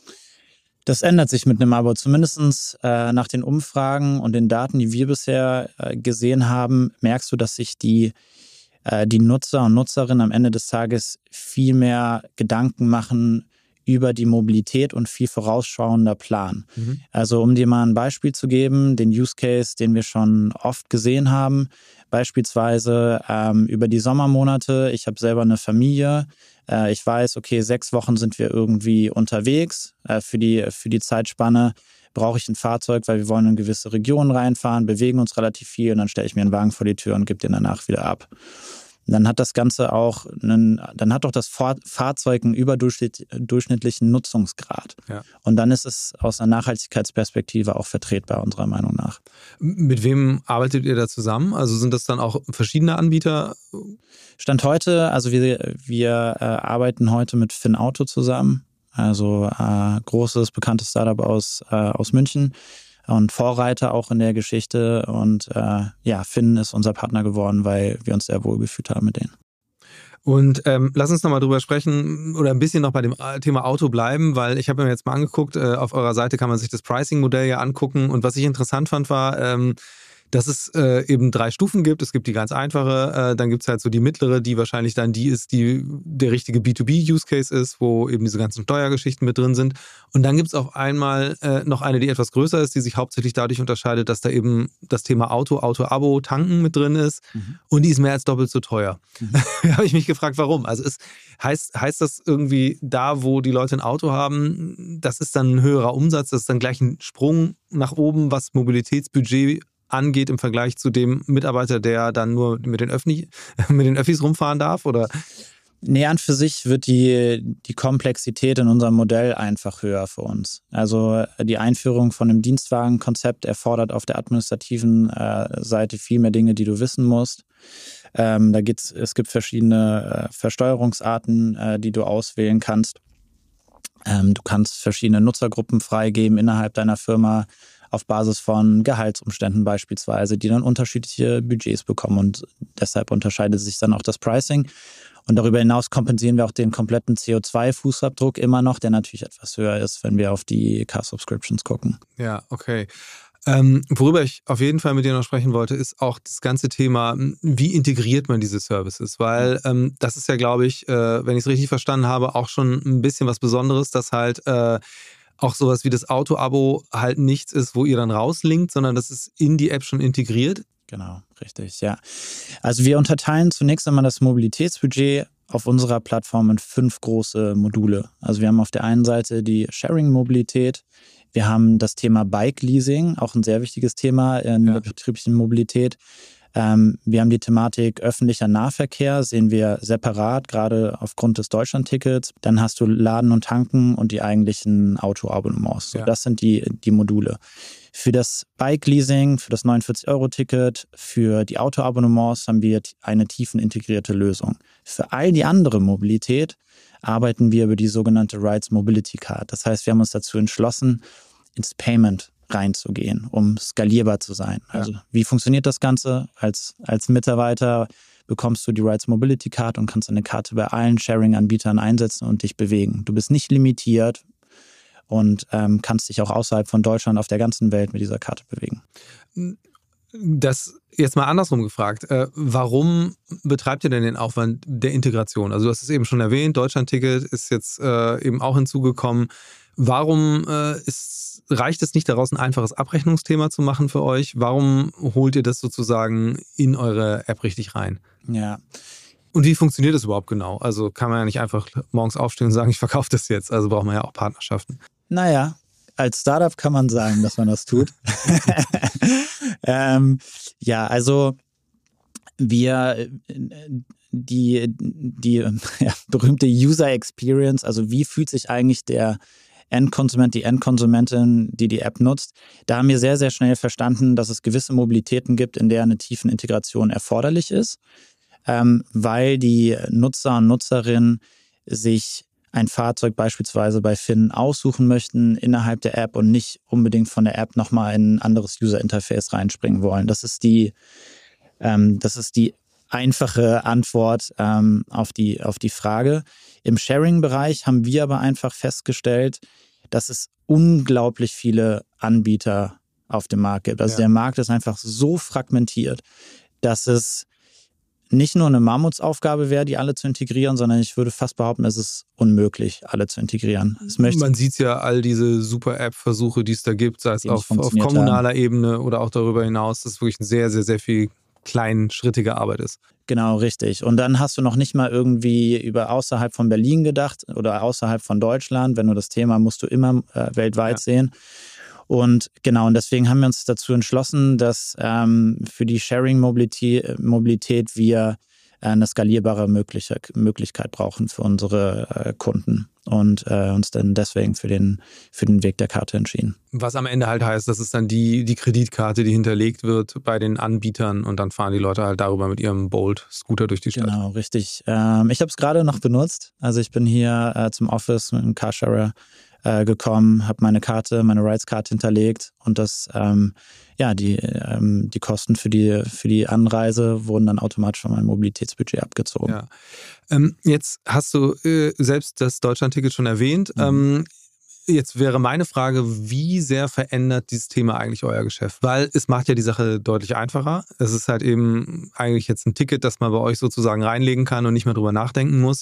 Das ändert sich mit einem Abo. Zumindest äh, nach den Umfragen und den Daten, die wir bisher äh, gesehen haben, merkst du, dass sich die, äh, die Nutzer und Nutzerinnen am Ende des Tages viel mehr Gedanken machen über die Mobilität und viel vorausschauender Plan. Mhm. Also um dir mal ein Beispiel zu geben, den Use Case, den wir schon oft gesehen haben, beispielsweise ähm, über die Sommermonate, ich habe selber eine Familie, äh, ich weiß, okay, sechs Wochen sind wir irgendwie unterwegs, äh, für die, für die Zeitspanne brauche ich ein Fahrzeug, weil wir wollen in gewisse Regionen reinfahren, bewegen uns relativ viel und dann stelle ich mir einen Wagen vor die Tür und gebe den danach wieder ab. Dann hat das Ganze auch einen, dann hat auch das Fahrzeug einen überdurchschnittlichen Nutzungsgrad. Ja. Und dann ist es aus einer Nachhaltigkeitsperspektive auch vertretbar, unserer Meinung nach.
Mit wem arbeitet ihr da zusammen? Also sind das dann auch verschiedene Anbieter?
Stand heute, also wir, wir äh, arbeiten heute mit Finauto zusammen, also äh, großes, bekanntes Startup aus, äh, aus München. Und Vorreiter auch in der Geschichte. Und äh, ja, Finn ist unser Partner geworden, weil wir uns sehr wohl gefühlt haben mit denen.
Und ähm, lass uns nochmal drüber sprechen oder ein bisschen noch bei dem Thema Auto bleiben, weil ich habe mir jetzt mal angeguckt, äh, auf eurer Seite kann man sich das Pricing-Modell ja angucken. Und was ich interessant fand, war, ähm, dass es äh, eben drei Stufen gibt. Es gibt die ganz einfache, äh, dann gibt es halt so die mittlere, die wahrscheinlich dann die ist, die der richtige B zwei B-Use-Case ist, wo eben diese ganzen Steuergeschichten mit drin sind. Und dann gibt es auf einmal äh, noch eine, die etwas größer ist, die sich hauptsächlich dadurch unterscheidet, dass da eben das Thema Auto, Auto-Abo, Tanken mit drin ist. Mhm. Und die ist mehr als doppelt so teuer. Mhm. Da habe ich mich gefragt, warum. Also es heißt, heißt das irgendwie, da wo die Leute ein Auto haben, das ist dann ein höherer Umsatz, das ist dann gleich ein Sprung nach oben, was Mobilitätsbudget angeht im Vergleich zu dem Mitarbeiter, der dann nur mit den, Öffni, mit den Öffis rumfahren darf? Oder?
Nee, an für sich wird die, die Komplexität in unserem Modell einfach höher für uns. Also die Einführung von einem Dienstwagenkonzept erfordert auf der administrativen äh, Seite viel mehr Dinge, die du wissen musst. Ähm, da geht's, es gibt verschiedene äh, Versteuerungsarten, äh, die du auswählen kannst. Ähm, du kannst verschiedene Nutzergruppen freigeben innerhalb deiner Firma, auf Basis von Gehaltsumständen beispielsweise, die dann unterschiedliche Budgets bekommen und deshalb unterscheidet sich dann auch das Pricing. Und darüber hinaus kompensieren wir auch den kompletten C O zwei Fußabdruck immer noch, der natürlich etwas höher ist, wenn wir auf die Car-Subscriptions gucken.
Ja, okay. Ähm, worüber ich auf jeden Fall mit dir noch sprechen wollte, ist auch das ganze Thema, wie integriert man diese Services? Weil ähm, das ist ja, glaube ich, äh, wenn ich es richtig verstanden habe, auch schon ein bisschen was Besonderes, dass halt äh, auch sowas wie das Auto-Abo halt nichts ist, wo ihr dann rauslinkt, sondern das ist in die App schon integriert.
Genau, richtig, ja. Also wir unterteilen zunächst einmal das Mobilitätsbudget auf unserer Plattform in fünf große Module. Also wir haben auf der einen Seite die Sharing-Mobilität, wir haben das Thema Bike-Leasing, auch ein sehr wichtiges Thema in ja. der betrieblichen Mobilität. Ähm, wir haben die Thematik öffentlicher Nahverkehr, sehen wir separat, gerade aufgrund des Deutschland-Tickets. Dann hast du Laden und Tanken und die eigentlichen Autoabonnements. So, ja. Das sind die, die Module. Für das Bike-Leasing, für das neunundvierzig-Euro-Ticket, für die Autoabonnements haben wir eine tiefenintegrierte Lösung. Für all die andere Mobilität arbeiten wir über die sogenannte Rides Mobility Card. Das heißt, wir haben uns dazu entschlossen, ins Payment reinzugehen, um skalierbar zu sein. Ja. Also wie funktioniert das Ganze? Als, als Mitarbeiter bekommst du die Rides Mobility Card und kannst eine Karte bei allen Sharing-Anbietern einsetzen und dich bewegen. Du bist nicht limitiert und ähm, kannst dich auch außerhalb von Deutschland auf der ganzen Welt mit dieser Karte bewegen.
Das jetzt mal andersrum gefragt. Äh, warum betreibt ihr denn den Aufwand der Integration? Also du hast es eben schon erwähnt, Deutschland-Ticket ist jetzt äh, eben auch hinzugekommen. Warum äh, ist, reicht es nicht daraus, ein einfaches Abrechnungsthema zu machen für euch? Warum holt ihr das sozusagen in eure App richtig rein?
Ja.
Und wie funktioniert das überhaupt genau? Also kann man ja nicht einfach morgens aufstehen und sagen, ich verkaufe das jetzt. Also braucht man ja auch Partnerschaften.
Naja, als Startup kann man sagen, dass man das tut. ähm, ja, also wir, die, die ja, berühmte User Experience, also wie fühlt sich eigentlich der Endkonsument, die Endkonsumentin, die die App nutzt, da haben wir sehr, sehr schnell verstanden, dass es gewisse Mobilitäten gibt, in der eine tiefen Integration erforderlich ist, ähm, weil die Nutzer und Nutzerinnen sich ein Fahrzeug beispielsweise bei Finn aussuchen möchten innerhalb der App und nicht unbedingt von der App nochmal in ein anderes User-Interface reinspringen wollen. Das ist die, ähm, das ist die einfache Antwort ähm, auf die, auf die Frage. Im Sharing-Bereich haben wir aber einfach festgestellt, dass es unglaublich viele Anbieter auf dem Markt gibt. Also ja. Der Markt ist einfach so fragmentiert, dass es nicht nur eine Mammutsaufgabe wäre, die alle zu integrieren, sondern ich würde fast behaupten, es ist unmöglich, alle zu integrieren. Es möchte
Man sieht ja all diese Super-App-Versuche, die es da gibt, sei es auf, auf kommunaler haben. Ebene oder auch darüber hinaus, dass es wirklich sehr, sehr, sehr viel kleinschrittige Arbeit ist.
Genau, richtig. Und dann hast du noch nicht mal irgendwie über außerhalb von Berlin gedacht oder außerhalb von Deutschland. Wenn du das Thema musst du immer äh, weltweit ja. sehen. Und genau, und deswegen haben wir uns dazu entschlossen, dass ähm, für die Sharing-Mobilität Mobilität wir äh, eine skalierbare Möglich- Möglichkeit brauchen für unsere äh, Kunden und äh, uns dann deswegen für den, für den Weg der Karte entschieden.
Was am Ende halt heißt, das ist dann die, die Kreditkarte, die hinterlegt wird bei den Anbietern und dann fahren die Leute halt darüber mit ihrem Bolt-Scooter durch die Stadt.
Genau, richtig. Ähm, ich habe es gerade noch benutzt. Also ich bin hier äh, zum Office mit einem Carsharer gekommen, habe meine Karte, meine Rides-Karte hinterlegt und das, ähm, ja, die, ähm, die Kosten für die, für die Anreise wurden dann automatisch von meinem Mobilitätsbudget abgezogen.
Ja. Ähm, jetzt hast du äh, selbst das Deutschland-Ticket schon erwähnt. Mhm. Ähm, jetzt wäre meine Frage, wie sehr verändert dieses Thema eigentlich euer Geschäft? Weil es macht ja die Sache deutlich einfacher. Es ist halt eben eigentlich jetzt ein Ticket, das man bei euch sozusagen reinlegen kann und nicht mehr drüber nachdenken muss.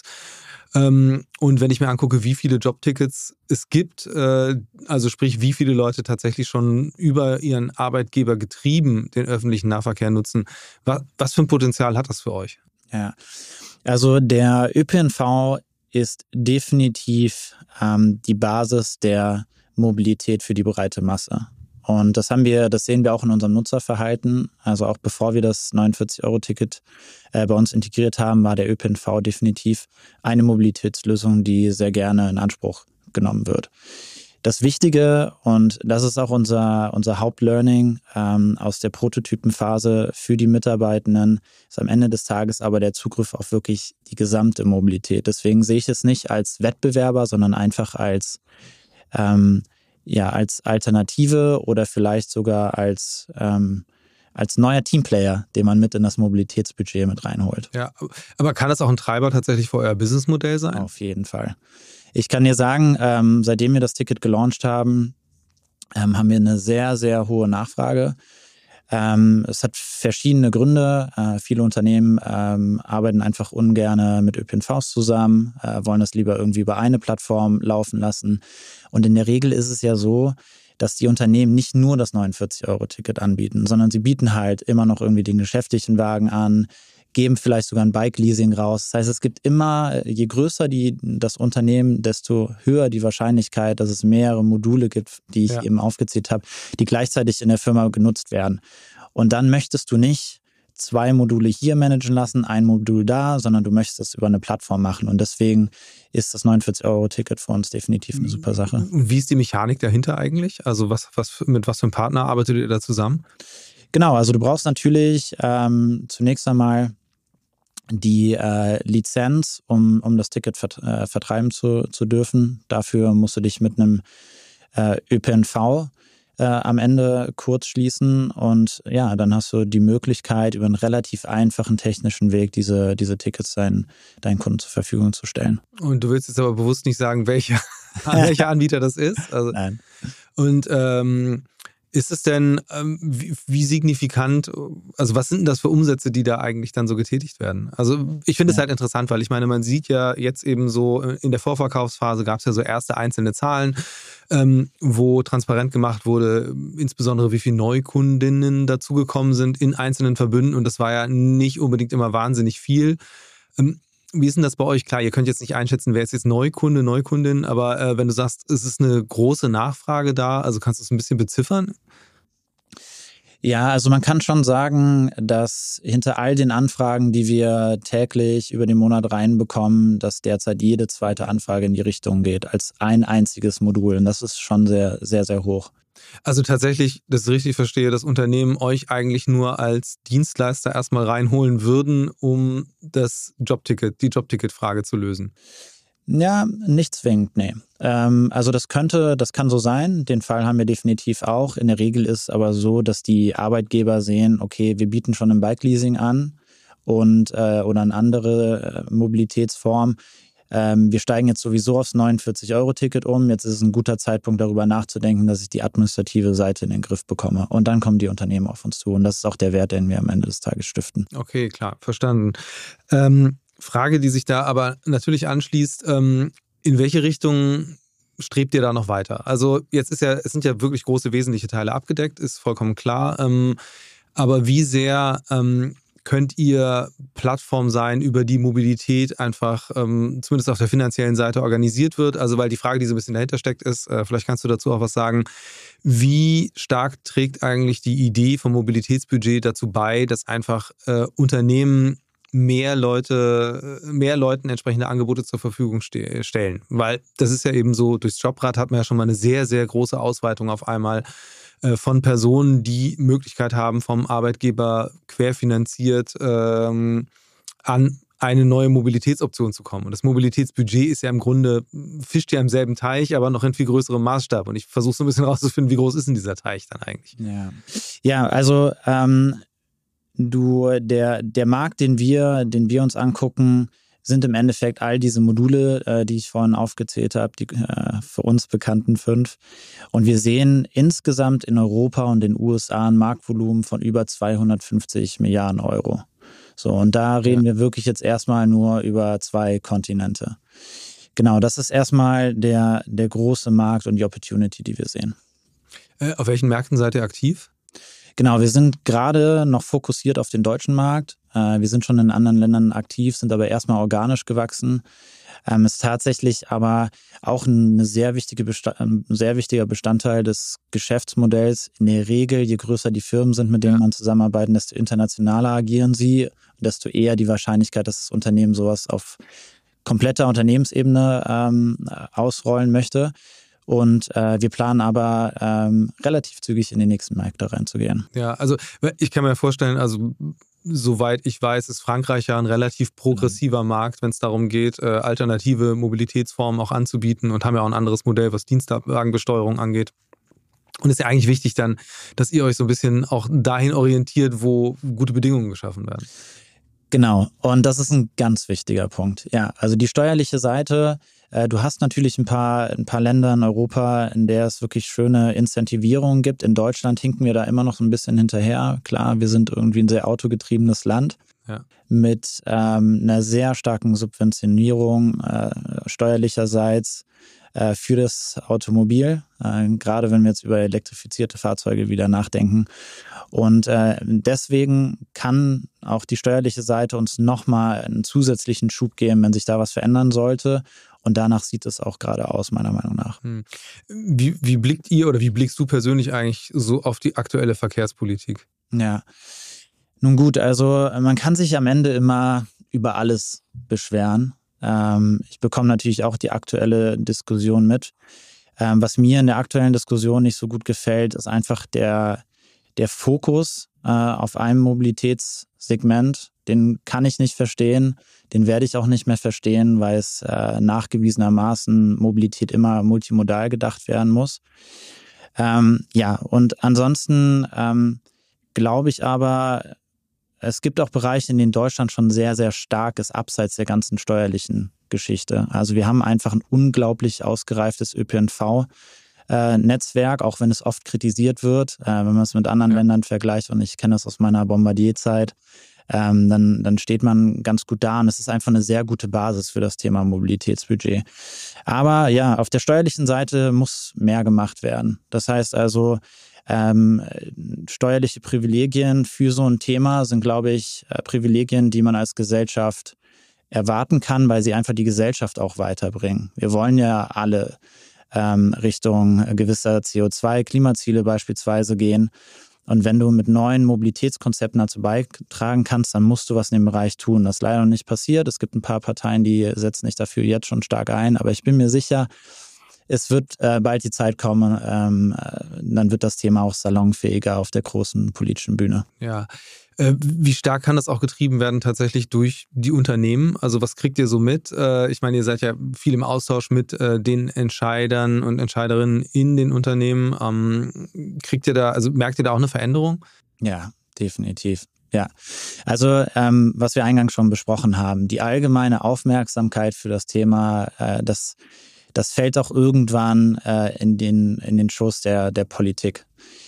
Und wenn ich mir angucke, wie viele Jobtickets es gibt, also sprich, wie viele Leute tatsächlich schon über ihren Arbeitgeber getrieben den öffentlichen Nahverkehr nutzen, was für ein Potenzial hat das für euch?
Ja, also der Ö P N V ist definitiv ähm, die Basis der Mobilität für die breite Masse. Und das haben wir, das sehen wir auch in unserem Nutzerverhalten. Also auch bevor wir das neunundvierzig-Euro-Ticket äh, bei uns integriert haben, war der Ö P N V definitiv eine Mobilitätslösung, die sehr gerne in Anspruch genommen wird. Das Wichtige, und das ist auch unser, unser Hauptlearning ähm, aus der Prototypenphase für die Mitarbeitenden, ist am Ende des Tages aber der Zugriff auf wirklich die gesamte Mobilität. Deswegen sehe ich es nicht als Wettbewerber, sondern einfach als ähm, ja, als Alternative oder vielleicht sogar als, ähm, als neuer Teamplayer, den man mit in das Mobilitätsbudget mit reinholt.
Ja, aber kann das auch ein Treiber tatsächlich für euer Businessmodell sein?
Auf jeden Fall. Ich kann dir sagen, ähm, seitdem wir das Ticket gelauncht haben, ähm, haben wir eine sehr, sehr hohe Nachfrage. Ähm, es hat verschiedene Gründe. Äh, viele Unternehmen ähm, arbeiten einfach ungern mit Ö P N Vs zusammen, äh, wollen das lieber irgendwie über eine Plattform laufen lassen. Und in der Regel ist es ja so, dass die Unternehmen nicht nur das neunundvierzig-Euro-Ticket anbieten, sondern sie bieten halt immer noch irgendwie den Geschäftigtenwagen an, geben vielleicht sogar ein Bike-Leasing raus. Das heißt, es gibt immer, je größer die, das Unternehmen, desto höher die Wahrscheinlichkeit, dass es mehrere Module gibt, die ich ja. eben aufgezählt habe, die gleichzeitig in der Firma genutzt werden. Und dann möchtest du nicht zwei Module hier managen lassen, ein Modul da, sondern du möchtest das über eine Plattform machen. Und deswegen ist das neunundvierzig-Euro-Ticket für uns definitiv eine super Sache.
Und wie ist die Mechanik dahinter eigentlich? Also was, was, mit was für einem Partner arbeitet ihr da zusammen?
Genau, also du brauchst natürlich ähm, zunächst einmal die äh, Lizenz, um, um das Ticket vert, äh, vertreiben zu, zu dürfen. Dafür musst du dich mit einem äh, Ö P N V äh, am Ende kurz schließen und ja, dann hast du die Möglichkeit, über einen relativ einfachen technischen Weg diese, diese Tickets deinen, deinen Kunden zur Verfügung zu stellen.
Und du willst jetzt aber bewusst nicht sagen, welcher, welcher Anbieter das ist? Also,
Nein.
Und ähm, ist es denn, ähm, wie, wie signifikant, also was sind denn das für Umsätze, die da eigentlich dann so getätigt werden? Also ich finde es ja. halt interessant, weil ich meine, man sieht ja jetzt eben so, in der Vorverkaufsphase gab es ja so erste einzelne Zahlen, ähm, wo transparent gemacht wurde, insbesondere wie viele Neukundinnen dazugekommen sind in einzelnen Verbünden und das war ja nicht unbedingt immer wahnsinnig viel. Ähm, Wie ist denn das bei euch? Klar, ihr könnt jetzt nicht einschätzen, wer ist jetzt Neukunde, Neukundin, aber äh, wenn du sagst, es ist eine große Nachfrage da, also kannst du es ein bisschen beziffern?
Ja, also man kann schon sagen, dass hinter all den Anfragen, die wir täglich über den Monat reinbekommen, dass derzeit jede zweite Anfrage in die Richtung geht, als ein einziges Modul. Und das ist schon sehr, sehr, sehr hoch.
Also tatsächlich, dass ich richtig verstehe, dass Unternehmen euch eigentlich nur als Dienstleister erstmal reinholen würden, um das Jobticket, die Jobticket-Frage zu lösen.
Ja, nicht zwingend, nee. Ähm, also das könnte, das kann so sein. Den Fall haben wir definitiv auch. In der Regel ist aber so, dass die Arbeitgeber sehen, okay, wir bieten schon ein Bike-Leasing an und äh, oder eine andere äh, Mobilitätsform. Ähm, wir steigen jetzt sowieso aufs neunundvierzig-Euro-Ticket um. Jetzt ist es ein guter Zeitpunkt, darüber nachzudenken, dass ich die administrative Seite in den Griff bekomme. Und dann kommen die Unternehmen auf uns zu. Und das ist auch der Wert, den wir am Ende des Tages stiften.
Okay, klar, verstanden. Ähm, Frage, die sich da aber natürlich anschließt, ähm, in welche Richtung strebt ihr da noch weiter? Also jetzt ist ja, es sind ja wirklich große wesentliche Teile abgedeckt, ist vollkommen klar. Ähm, aber wie sehr ähm, könnt ihr Plattform sein, über die Mobilität einfach ähm, zumindest auf der finanziellen Seite organisiert wird? Also weil die Frage, die so ein bisschen dahinter steckt, ist, äh, vielleicht kannst du dazu auch was sagen, wie stark trägt eigentlich die Idee vom Mobilitätsbudget dazu bei, dass einfach äh, Unternehmen mehr Leute, mehr Leuten entsprechende Angebote zur Verfügung ste- stellen? Weil das ist ja eben so, durchs Jobrad hat man ja schon mal eine sehr, sehr große Ausweitung auf einmal von Personen, die Möglichkeit haben, vom Arbeitgeber querfinanziert ähm, an eine neue Mobilitätsoption zu kommen. Und das Mobilitätsbudget ist ja im Grunde, fischt ja im selben Teich, aber noch in viel größerem Maßstab. Und ich versuche so ein bisschen rauszufinden, wie groß ist denn dieser Teich dann eigentlich?
Ja, ja also ähm, du, der, der Markt, den wir, den wir uns angucken, sind im Endeffekt all diese Module, äh, die ich vorhin aufgezählt habe, die äh, für uns bekannten fünf. Und wir sehen insgesamt in Europa und den U S A ein Marktvolumen von über zweihundertfünfzig Milliarden Euro. So, und da reden ja. wir wirklich jetzt erstmal nur über zwei Kontinente. Genau, das ist erstmal der, der große Markt und die Opportunity, die wir sehen.
Äh, auf welchen Märkten seid ihr aktiv?
Genau, wir sind gerade noch fokussiert auf den deutschen Markt. Wir sind schon in anderen Ländern aktiv, sind aber erstmal organisch gewachsen. Es ist tatsächlich aber auch ein sehr, wichtige Bestand, ein sehr wichtiger Bestandteil des Geschäftsmodells. In der Regel, je größer die Firmen sind, mit denen man zusammenarbeitet, desto internationaler agieren sie, desto eher die Wahrscheinlichkeit, dass das Unternehmen sowas auf kompletter Unternehmensebene ähm, ausrollen möchte. Und äh, wir planen aber ähm, relativ zügig in die nächsten Märkte reinzugehen.
Ja, also ich kann mir vorstellen, also soweit ich weiß, ist Frankreich ja ein relativ progressiver mhm. Markt, wenn es darum geht, äh, alternative Mobilitätsformen auch anzubieten und haben ja auch ein anderes Modell, was Dienstwagenbesteuerung angeht. Und es ist ja eigentlich wichtig dann, dass ihr euch so ein bisschen auch dahin orientiert, wo gute Bedingungen geschaffen werden.
Genau, und das ist ein ganz wichtiger Punkt. Ja, also die steuerliche Seite Äh, du hast natürlich ein paar, ein paar Länder in Europa, in der es wirklich schöne Incentivierungen gibt. In Deutschland hinken wir da immer noch ein bisschen hinterher. Klar, wir sind irgendwie ein sehr autogetriebenes Land. Ja. Mit ähm, einer sehr starken Subventionierung äh, steuerlicherseits äh, für das Automobil, äh, gerade wenn wir jetzt über elektrifizierte Fahrzeuge wieder nachdenken. Und äh, deswegen kann auch die steuerliche Seite uns nochmal einen zusätzlichen Schub geben, wenn sich da was verändern sollte. Und danach sieht es auch gerade aus, meiner Meinung nach.
Wie, wie blickt ihr oder wie blickst du persönlich eigentlich so auf die aktuelle Verkehrspolitik?
Ja, nun gut, also man kann sich am Ende immer über alles beschweren. Ähm, ich bekomme natürlich auch die aktuelle Diskussion mit. Ähm, was mir in der aktuellen Diskussion nicht so gut gefällt, ist einfach der, der Fokus äh, auf einem Mobilitätssegment. Den kann ich nicht verstehen, den werde ich auch nicht mehr verstehen, weil es äh, nachgewiesenermaßen Mobilität immer multimodal gedacht werden muss. Ähm, ja, und ansonsten ähm, glaube ich aber, es gibt auch Bereiche, in denen Deutschland schon sehr, sehr stark ist, abseits der ganzen steuerlichen Geschichte. Also wir haben einfach ein unglaublich ausgereiftes Ö P N V-Netzwerk, auch wenn es oft kritisiert wird, äh, wenn man es mit anderen ja. Ländern vergleicht. Und ich kenne das aus meiner Bombardier-Zeit. Ähm, dann, dann steht man ganz gut da und es ist einfach eine sehr gute Basis für das Thema Mobilitätsbudget. Aber ja, auf der steuerlichen Seite muss mehr gemacht werden. Das heißt also, ähm, steuerliche Privilegien für so ein Thema sind, glaube ich, äh, Privilegien, die man als Gesellschaft erwarten kann, weil sie einfach die Gesellschaft auch weiterbringen. Wir wollen ja alle ähm, Richtung gewisser C O zwei Klimaziele beispielsweise gehen. Und wenn du mit neuen Mobilitätskonzepten dazu beitragen kannst, dann musst du was in dem Bereich tun. Das ist leider noch nicht passiert. Es gibt ein paar Parteien, die setzen sich dafür jetzt schon stark ein. Aber ich bin mir sicher, es wird äh, bald die Zeit kommen, ähm, dann wird das Thema auch salonfähiger auf der großen politischen Bühne.
Ja. Äh, wie stark kann das auch getrieben werden tatsächlich durch die Unternehmen? Also was kriegt ihr so mit? Äh, ich meine, ihr seid ja viel im Austausch mit äh, den Entscheidern und Entscheiderinnen in den Unternehmen. Ähm, kriegt ihr da, also merkt ihr da auch eine Veränderung?
Ja, definitiv. Ja, also ähm, was wir eingangs schon besprochen haben, die allgemeine Aufmerksamkeit für das Thema, äh, das Das fällt auch irgendwann äh, in den, in den Schoß der, der Politik.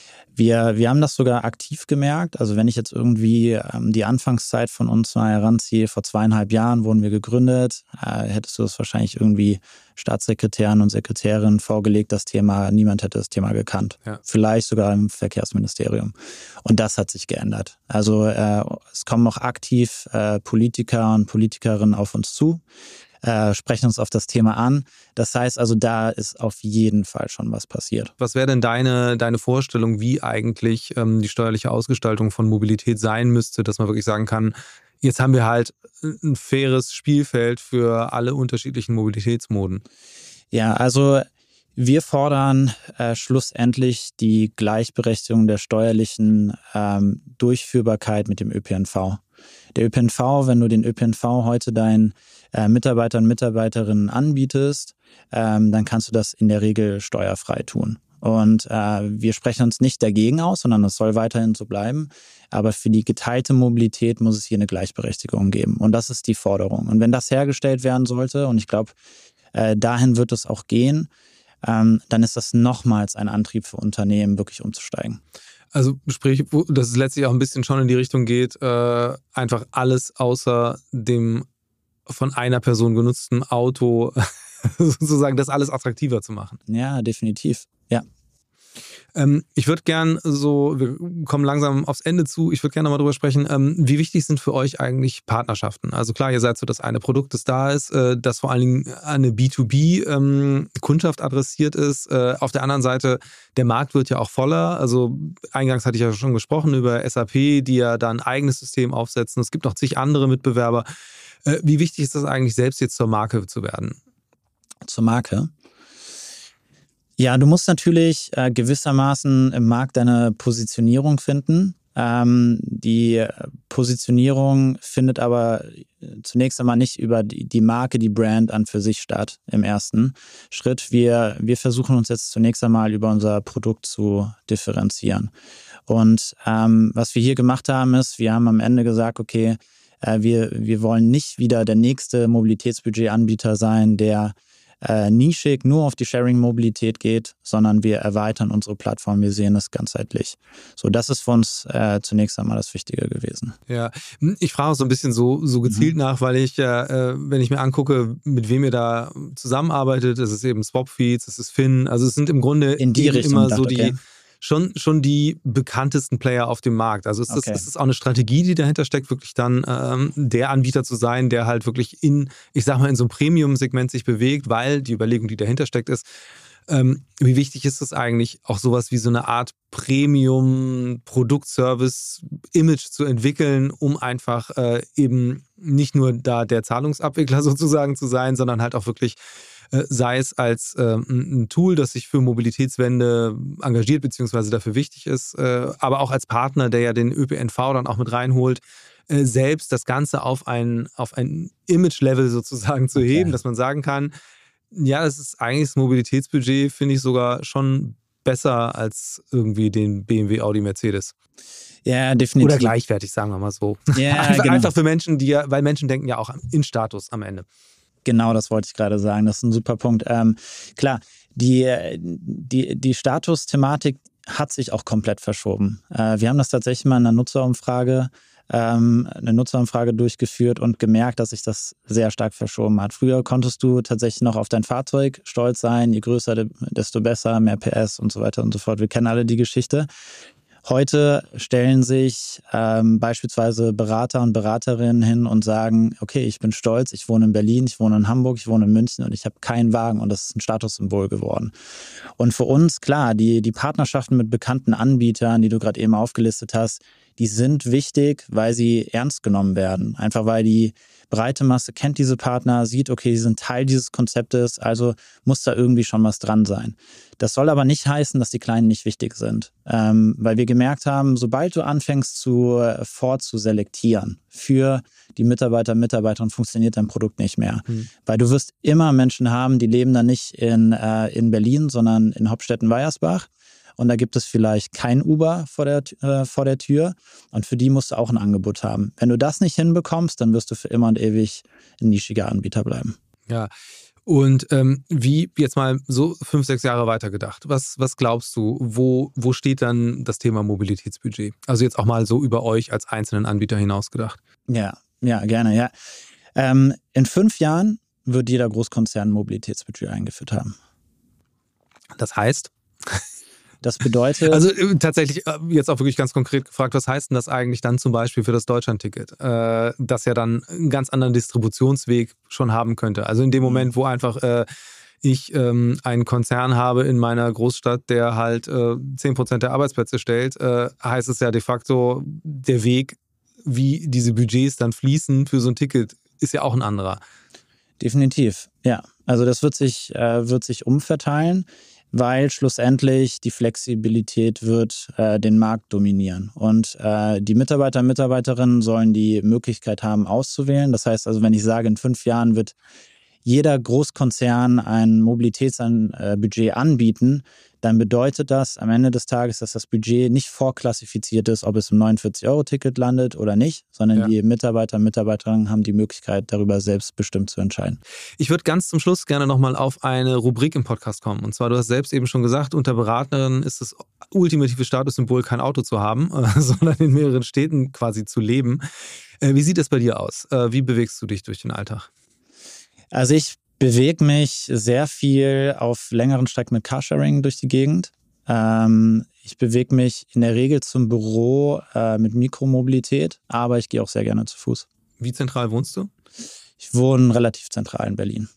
Wir, wir haben das sogar aktiv gemerkt. Also wenn ich jetzt irgendwie ähm, die Anfangszeit von uns mal heranziehe, vor zweieinhalb Jahren wurden wir gegründet, äh, hättest du das wahrscheinlich irgendwie Staatssekretären und Sekretärinnen vorgelegt, das Thema, niemand hätte das Thema gekannt. Ja. Vielleicht sogar im Verkehrsministerium. Und das hat sich geändert. Also äh, es kommen auch aktiv äh, Politiker und Politikerinnen auf uns zu. Äh, sprechen uns auf das Thema an. Das heißt also, da ist auf jeden Fall schon was passiert.
Was wäre denn deine, deine Vorstellung, wie eigentlich ähm, die steuerliche Ausgestaltung von Mobilität sein müsste, dass man wirklich sagen kann, jetzt haben wir halt ein faires Spielfeld für alle unterschiedlichen Mobilitätsmoden?
Ja, also wir fordern äh, schlussendlich die Gleichberechtigung der steuerlichen ähm, Durchführbarkeit mit dem Ö P N V. Der Ö P N V, wenn du den Ö P N V heute deinen äh, Mitarbeitern und Mitarbeiterinnen anbietest, ähm, dann kannst du das in der Regel steuerfrei tun. Und äh, wir sprechen uns nicht dagegen aus, sondern es soll weiterhin so bleiben. Aber für die geteilte Mobilität muss es hier eine Gleichberechtigung geben. Und das ist die Forderung. Und wenn das hergestellt werden sollte, und ich glaube, äh, dahin wird es auch gehen, ähm, dann ist das nochmals ein Antrieb für Unternehmen, wirklich umzusteigen.
Also sprich, dass es letztlich auch ein bisschen schon in die Richtung geht, äh, einfach alles außer dem von einer Person genutzten Auto sozusagen das alles attraktiver zu machen.
Ja, definitiv. Ja.
Ähm, ich würde gern so, wir kommen langsam aufs Ende zu, ich würde gerne mal drüber sprechen, ähm, wie wichtig sind für euch eigentlich Partnerschaften? Also klar, ihr seid so das eine Produkt, das da ist, äh, das vor allen Dingen eine B zwei B ähm, Kundschaft adressiert ist. Äh, auf der anderen Seite, der Markt wird ja auch voller. Also eingangs hatte ich ja schon gesprochen über S A P, die ja da ein eigenes System aufsetzen. Es gibt noch zig andere Mitbewerber. Äh, wie wichtig ist das eigentlich, selbst jetzt zur Marke zu werden?
Zur Marke? Ja, du musst natürlich äh, gewissermaßen im Markt deine Positionierung finden. Ähm, die Positionierung findet aber zunächst einmal nicht über die, die Marke, die Brand an für sich statt im ersten Schritt. Wir, wir versuchen uns jetzt zunächst einmal über unser Produkt zu differenzieren. Und ähm, was wir hier gemacht haben, ist, wir haben am Ende gesagt, okay, äh, wir, wir wollen nicht wieder der nächste Mobilitätsbudgetanbieter sein, der äh, nischig nur auf die Sharing-Mobilität geht, sondern wir erweitern unsere Plattform, wir sehen es ganzheitlich. So, das ist für uns äh, zunächst einmal das Wichtige gewesen.
Ja, ich frage auch so ein bisschen so, so gezielt mhm. nach, weil ich, äh, wenn ich mir angucke, mit wem ihr da zusammenarbeitet, es ist eben Swapfeeds, es ist Finn, also es sind im Grunde
In die Richtung
immer
gedacht,
so die...
Okay.
Schon, schon die bekanntesten Player auf dem Markt. Also ist das,
Okay.
ist das auch eine Strategie, die dahinter steckt, wirklich dann ähm, der Anbieter zu sein, der halt wirklich in, ich sag mal, in so einem Premium-Segment sich bewegt, weil die Überlegung, die dahinter steckt, ist, ähm, wie wichtig ist es eigentlich, auch sowas wie so eine Art Premium-Produkt-Service-Image zu entwickeln, um einfach äh, eben nicht nur da der Zahlungsabwickler sozusagen zu sein, sondern halt auch wirklich sei es als äh, ein Tool, das sich für Mobilitätswende engagiert bzw. dafür wichtig ist, äh, aber auch als Partner, der ja den Ö P N V dann auch mit reinholt, äh, selbst das Ganze auf ein, auf ein Image-Level sozusagen zu heben, okay. dass man sagen kann, ja, das ist eigentlich das Mobilitätsbudget, finde ich sogar schon besser als irgendwie den B M W, Audi, Mercedes.
Ja, definitiv.
Oder gleichwertig, sagen wir mal so.
Ja,
einfach,
genau.
einfach für Menschen, die ja, weil Menschen denken ja auch in Status am Ende.
Genau, das wollte ich gerade sagen. Das ist ein super Punkt. Ähm, klar, die, die, die Status-Thematik hat sich auch komplett verschoben. Äh, wir haben das tatsächlich mal in einer Nutzerumfrage, ähm, eine Nutzerumfrage durchgeführt und gemerkt, dass sich das sehr stark verschoben hat. Früher konntest du tatsächlich noch auf dein Fahrzeug stolz sein. Je größer, desto besser, mehr P S und so weiter und so fort. Wir kennen alle die Geschichte. Heute stellen sich ähm, beispielsweise Berater und Beraterinnen hin und sagen, okay, ich bin stolz, ich wohne in Berlin, ich wohne in Hamburg, ich wohne in München und ich habe keinen Wagen und das ist ein Statussymbol geworden. Und für uns, klar, die, die Partnerschaften mit bekannten Anbietern, die du gerade eben aufgelistet hast, die sind wichtig, weil sie ernst genommen werden. Einfach weil die breite Masse kennt diese Partner, sieht, okay, sie sind Teil dieses Konzeptes, also muss da irgendwie schon was dran sein. Das soll aber nicht heißen, dass die Kleinen nicht wichtig sind, ähm, weil wir gemerkt haben, sobald du anfängst zu vorzuselektieren für die Mitarbeiter, Mitarbeiterinnen, funktioniert dein Produkt nicht mehr. Mhm. Weil du wirst immer Menschen haben, die leben dann nicht in, äh, in Berlin, sondern in Hopstetten-Weiersbach. Und da gibt es vielleicht kein Uber vor der, äh, vor der Tür. Und für die musst du auch ein Angebot haben. Wenn du das nicht hinbekommst, dann wirst du für immer und ewig ein nischiger Anbieter bleiben.
Ja, und ähm, wie jetzt mal so fünf, sechs Jahre weitergedacht, was, was glaubst du, wo, wo steht dann das Thema Mobilitätsbudget? Also jetzt auch mal so über euch als einzelnen Anbieter hinausgedacht.
Ja, ja, gerne, ja. Ähm, in fünf Jahren wird jeder Großkonzern ein Mobilitätsbudget eingeführt haben. Das heißt? Das bedeutet...
Also äh, tatsächlich äh, jetzt auch wirklich ganz konkret gefragt, was heißt denn das eigentlich dann zum Beispiel für das Deutschlandticket? Äh, das ja dann einen ganz anderen Distributionsweg schon haben könnte. Also in dem Moment, wo einfach äh, ich ähm, einen Konzern habe in meiner Großstadt, der halt äh, zehn Prozent der Arbeitsplätze stellt, äh, heißt es ja de facto, der Weg, wie diese Budgets dann fließen für so ein Ticket, ist ja auch ein anderer.
Definitiv, ja. Also das wird sich, äh, wird sich umverteilen, weil schlussendlich die Flexibilität wird äh, den Markt dominieren. Und äh, die Mitarbeiter und Mitarbeiterinnen sollen die Möglichkeit haben, auszuwählen. Das heißt also, wenn ich sage, in fünf Jahren wird jeder Großkonzern ein Mobilitätsbudget anbieten, dann bedeutet das am Ende des Tages, dass das Budget nicht vorklassifiziert ist, ob es im neunundvierzig-Euro-Ticket landet oder nicht, sondern ja. die Mitarbeiter und Mitarbeiterinnen haben die Möglichkeit, darüber selbstbestimmt zu entscheiden.
Ich würde ganz zum Schluss gerne nochmal auf eine Rubrik im Podcast kommen. Und zwar, du hast selbst eben schon gesagt, unter Beraterinnen ist das ultimative Statussymbol, kein Auto zu haben, sondern in mehreren Städten quasi zu leben. Wie sieht das bei dir aus? Wie bewegst du dich durch den Alltag?
Also ich bewege mich sehr viel auf längeren Strecken mit Carsharing durch die Gegend. Ähm, ich bewege mich in der Regel zum Büro äh, mit Mikromobilität, aber ich gehe auch sehr gerne zu Fuß.
Wie zentral wohnst du?
Ich wohne relativ zentral in Berlin.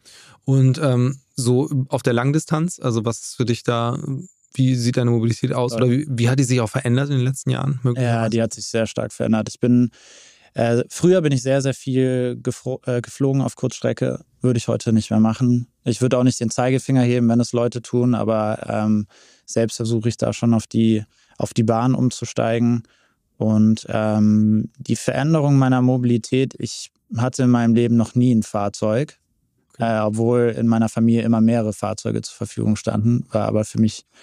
Und ähm, so auf der Langdistanz, also was ist für dich da, wie sieht deine Mobilität aus? Oder wie, wie hat die sich auch verändert in den letzten Jahren?
Ja, die hat sich sehr stark verändert. Ich bin Äh, früher bin ich sehr, sehr viel gefro- äh, geflogen auf Kurzstrecke. Würde ich heute nicht mehr machen. Ich würde auch nicht den Zeigefinger heben, wenn es Leute tun, aber ähm, selbst versuche ich da schon auf die, auf die Bahn umzusteigen. Und ähm, die Veränderung meiner Mobilität, ich hatte in meinem Leben noch nie ein Fahrzeug, okay. äh, obwohl in meiner Familie immer mehrere Fahrzeuge zur Verfügung standen, war aber für mich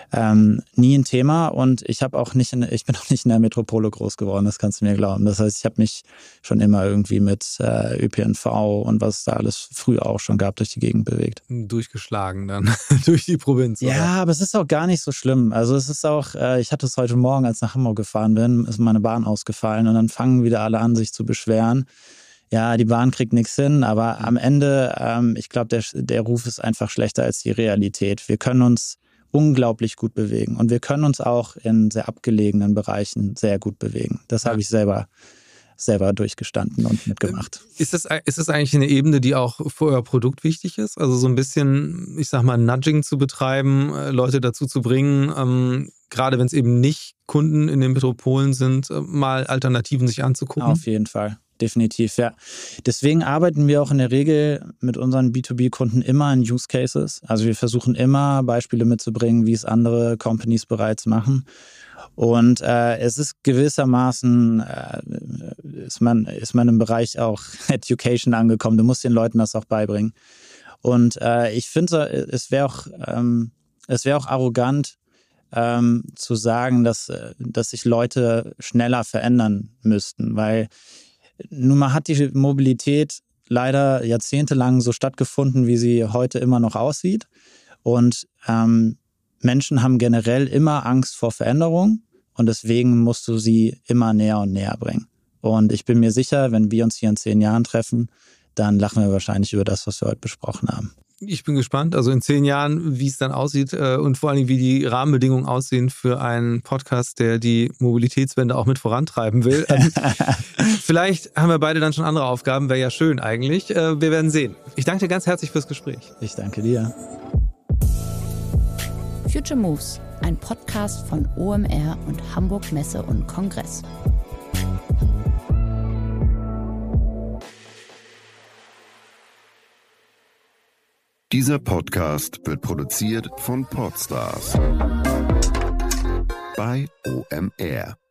ähm, nie ein Thema und ich habe auch nicht in, ich bin auch nicht in der Metropole groß geworden, das kannst du mir glauben. Das heißt, ich habe mich schon immer irgendwie mit äh, Ö P N V und was es da alles früher auch schon gab, durch die Gegend bewegt.
Durchgeschlagen dann durch die Provinz.
Ja,
oder?
aber es ist auch gar nicht so schlimm. Also es ist auch, äh, ich hatte es heute Morgen, als ich nach Hamburg gefahren bin, ist meine Bahn ausgefallen und dann fangen wieder alle an, sich zu beschweren. Ja, die Bahn kriegt nichts hin, aber am Ende, ähm, ich glaube, der, der Ruf ist einfach schlechter als die Realität. Wir können uns unglaublich gut bewegen und wir können uns auch in sehr abgelegenen Bereichen sehr gut bewegen. Das ja. habe ich selber selber durchgestanden und mitgemacht.
Ist das, ist das eigentlich eine Ebene, die auch für euer Produkt wichtig ist? Also so ein bisschen, ich sag mal, Nudging zu betreiben, Leute dazu zu bringen, ähm, gerade wenn es eben nicht Kunden in den Metropolen sind, mal Alternativen sich anzugucken?
Auf jeden Fall. Definitiv, ja. Deswegen arbeiten wir auch in der Regel mit unseren B zwei B-Kunden immer in Use Cases. Also wir versuchen immer Beispiele mitzubringen, wie es andere Companies bereits machen. Und äh, es ist gewissermaßen, äh, ist man, ist man im Bereich auch Education angekommen. Du musst den Leuten das auch beibringen. Und äh, ich finde, es wäre auch, ähm, es wäre auch arrogant, ähm, zu sagen, dass, dass sich Leute schneller verändern müssten, weil nun mal hat die Mobilität leider jahrzehntelang so stattgefunden, wie sie heute immer noch aussieht. Und ähm, Menschen haben generell immer Angst vor Veränderung und deswegen musst du sie immer näher und näher bringen. Und ich bin mir sicher, wenn wir uns hier in zehn Jahren treffen, dann lachen wir wahrscheinlich über das, was wir heute besprochen haben.
Ich bin gespannt, also in zehn Jahren, wie es dann aussieht äh, und vor allem, wie die Rahmenbedingungen aussehen für einen Podcast, der die Mobilitätswende auch mit vorantreiben will. Ähm, vielleicht haben wir beide dann schon andere Aufgaben, wäre ja schön eigentlich. Äh, wir werden sehen. Ich danke dir ganz herzlich fürs Gespräch.
Ich danke dir.
Future Moves, ein Podcast von O M R und Hamburg Messe und Kongress.
Dieser Podcast wird produziert von Podstars bei O M R.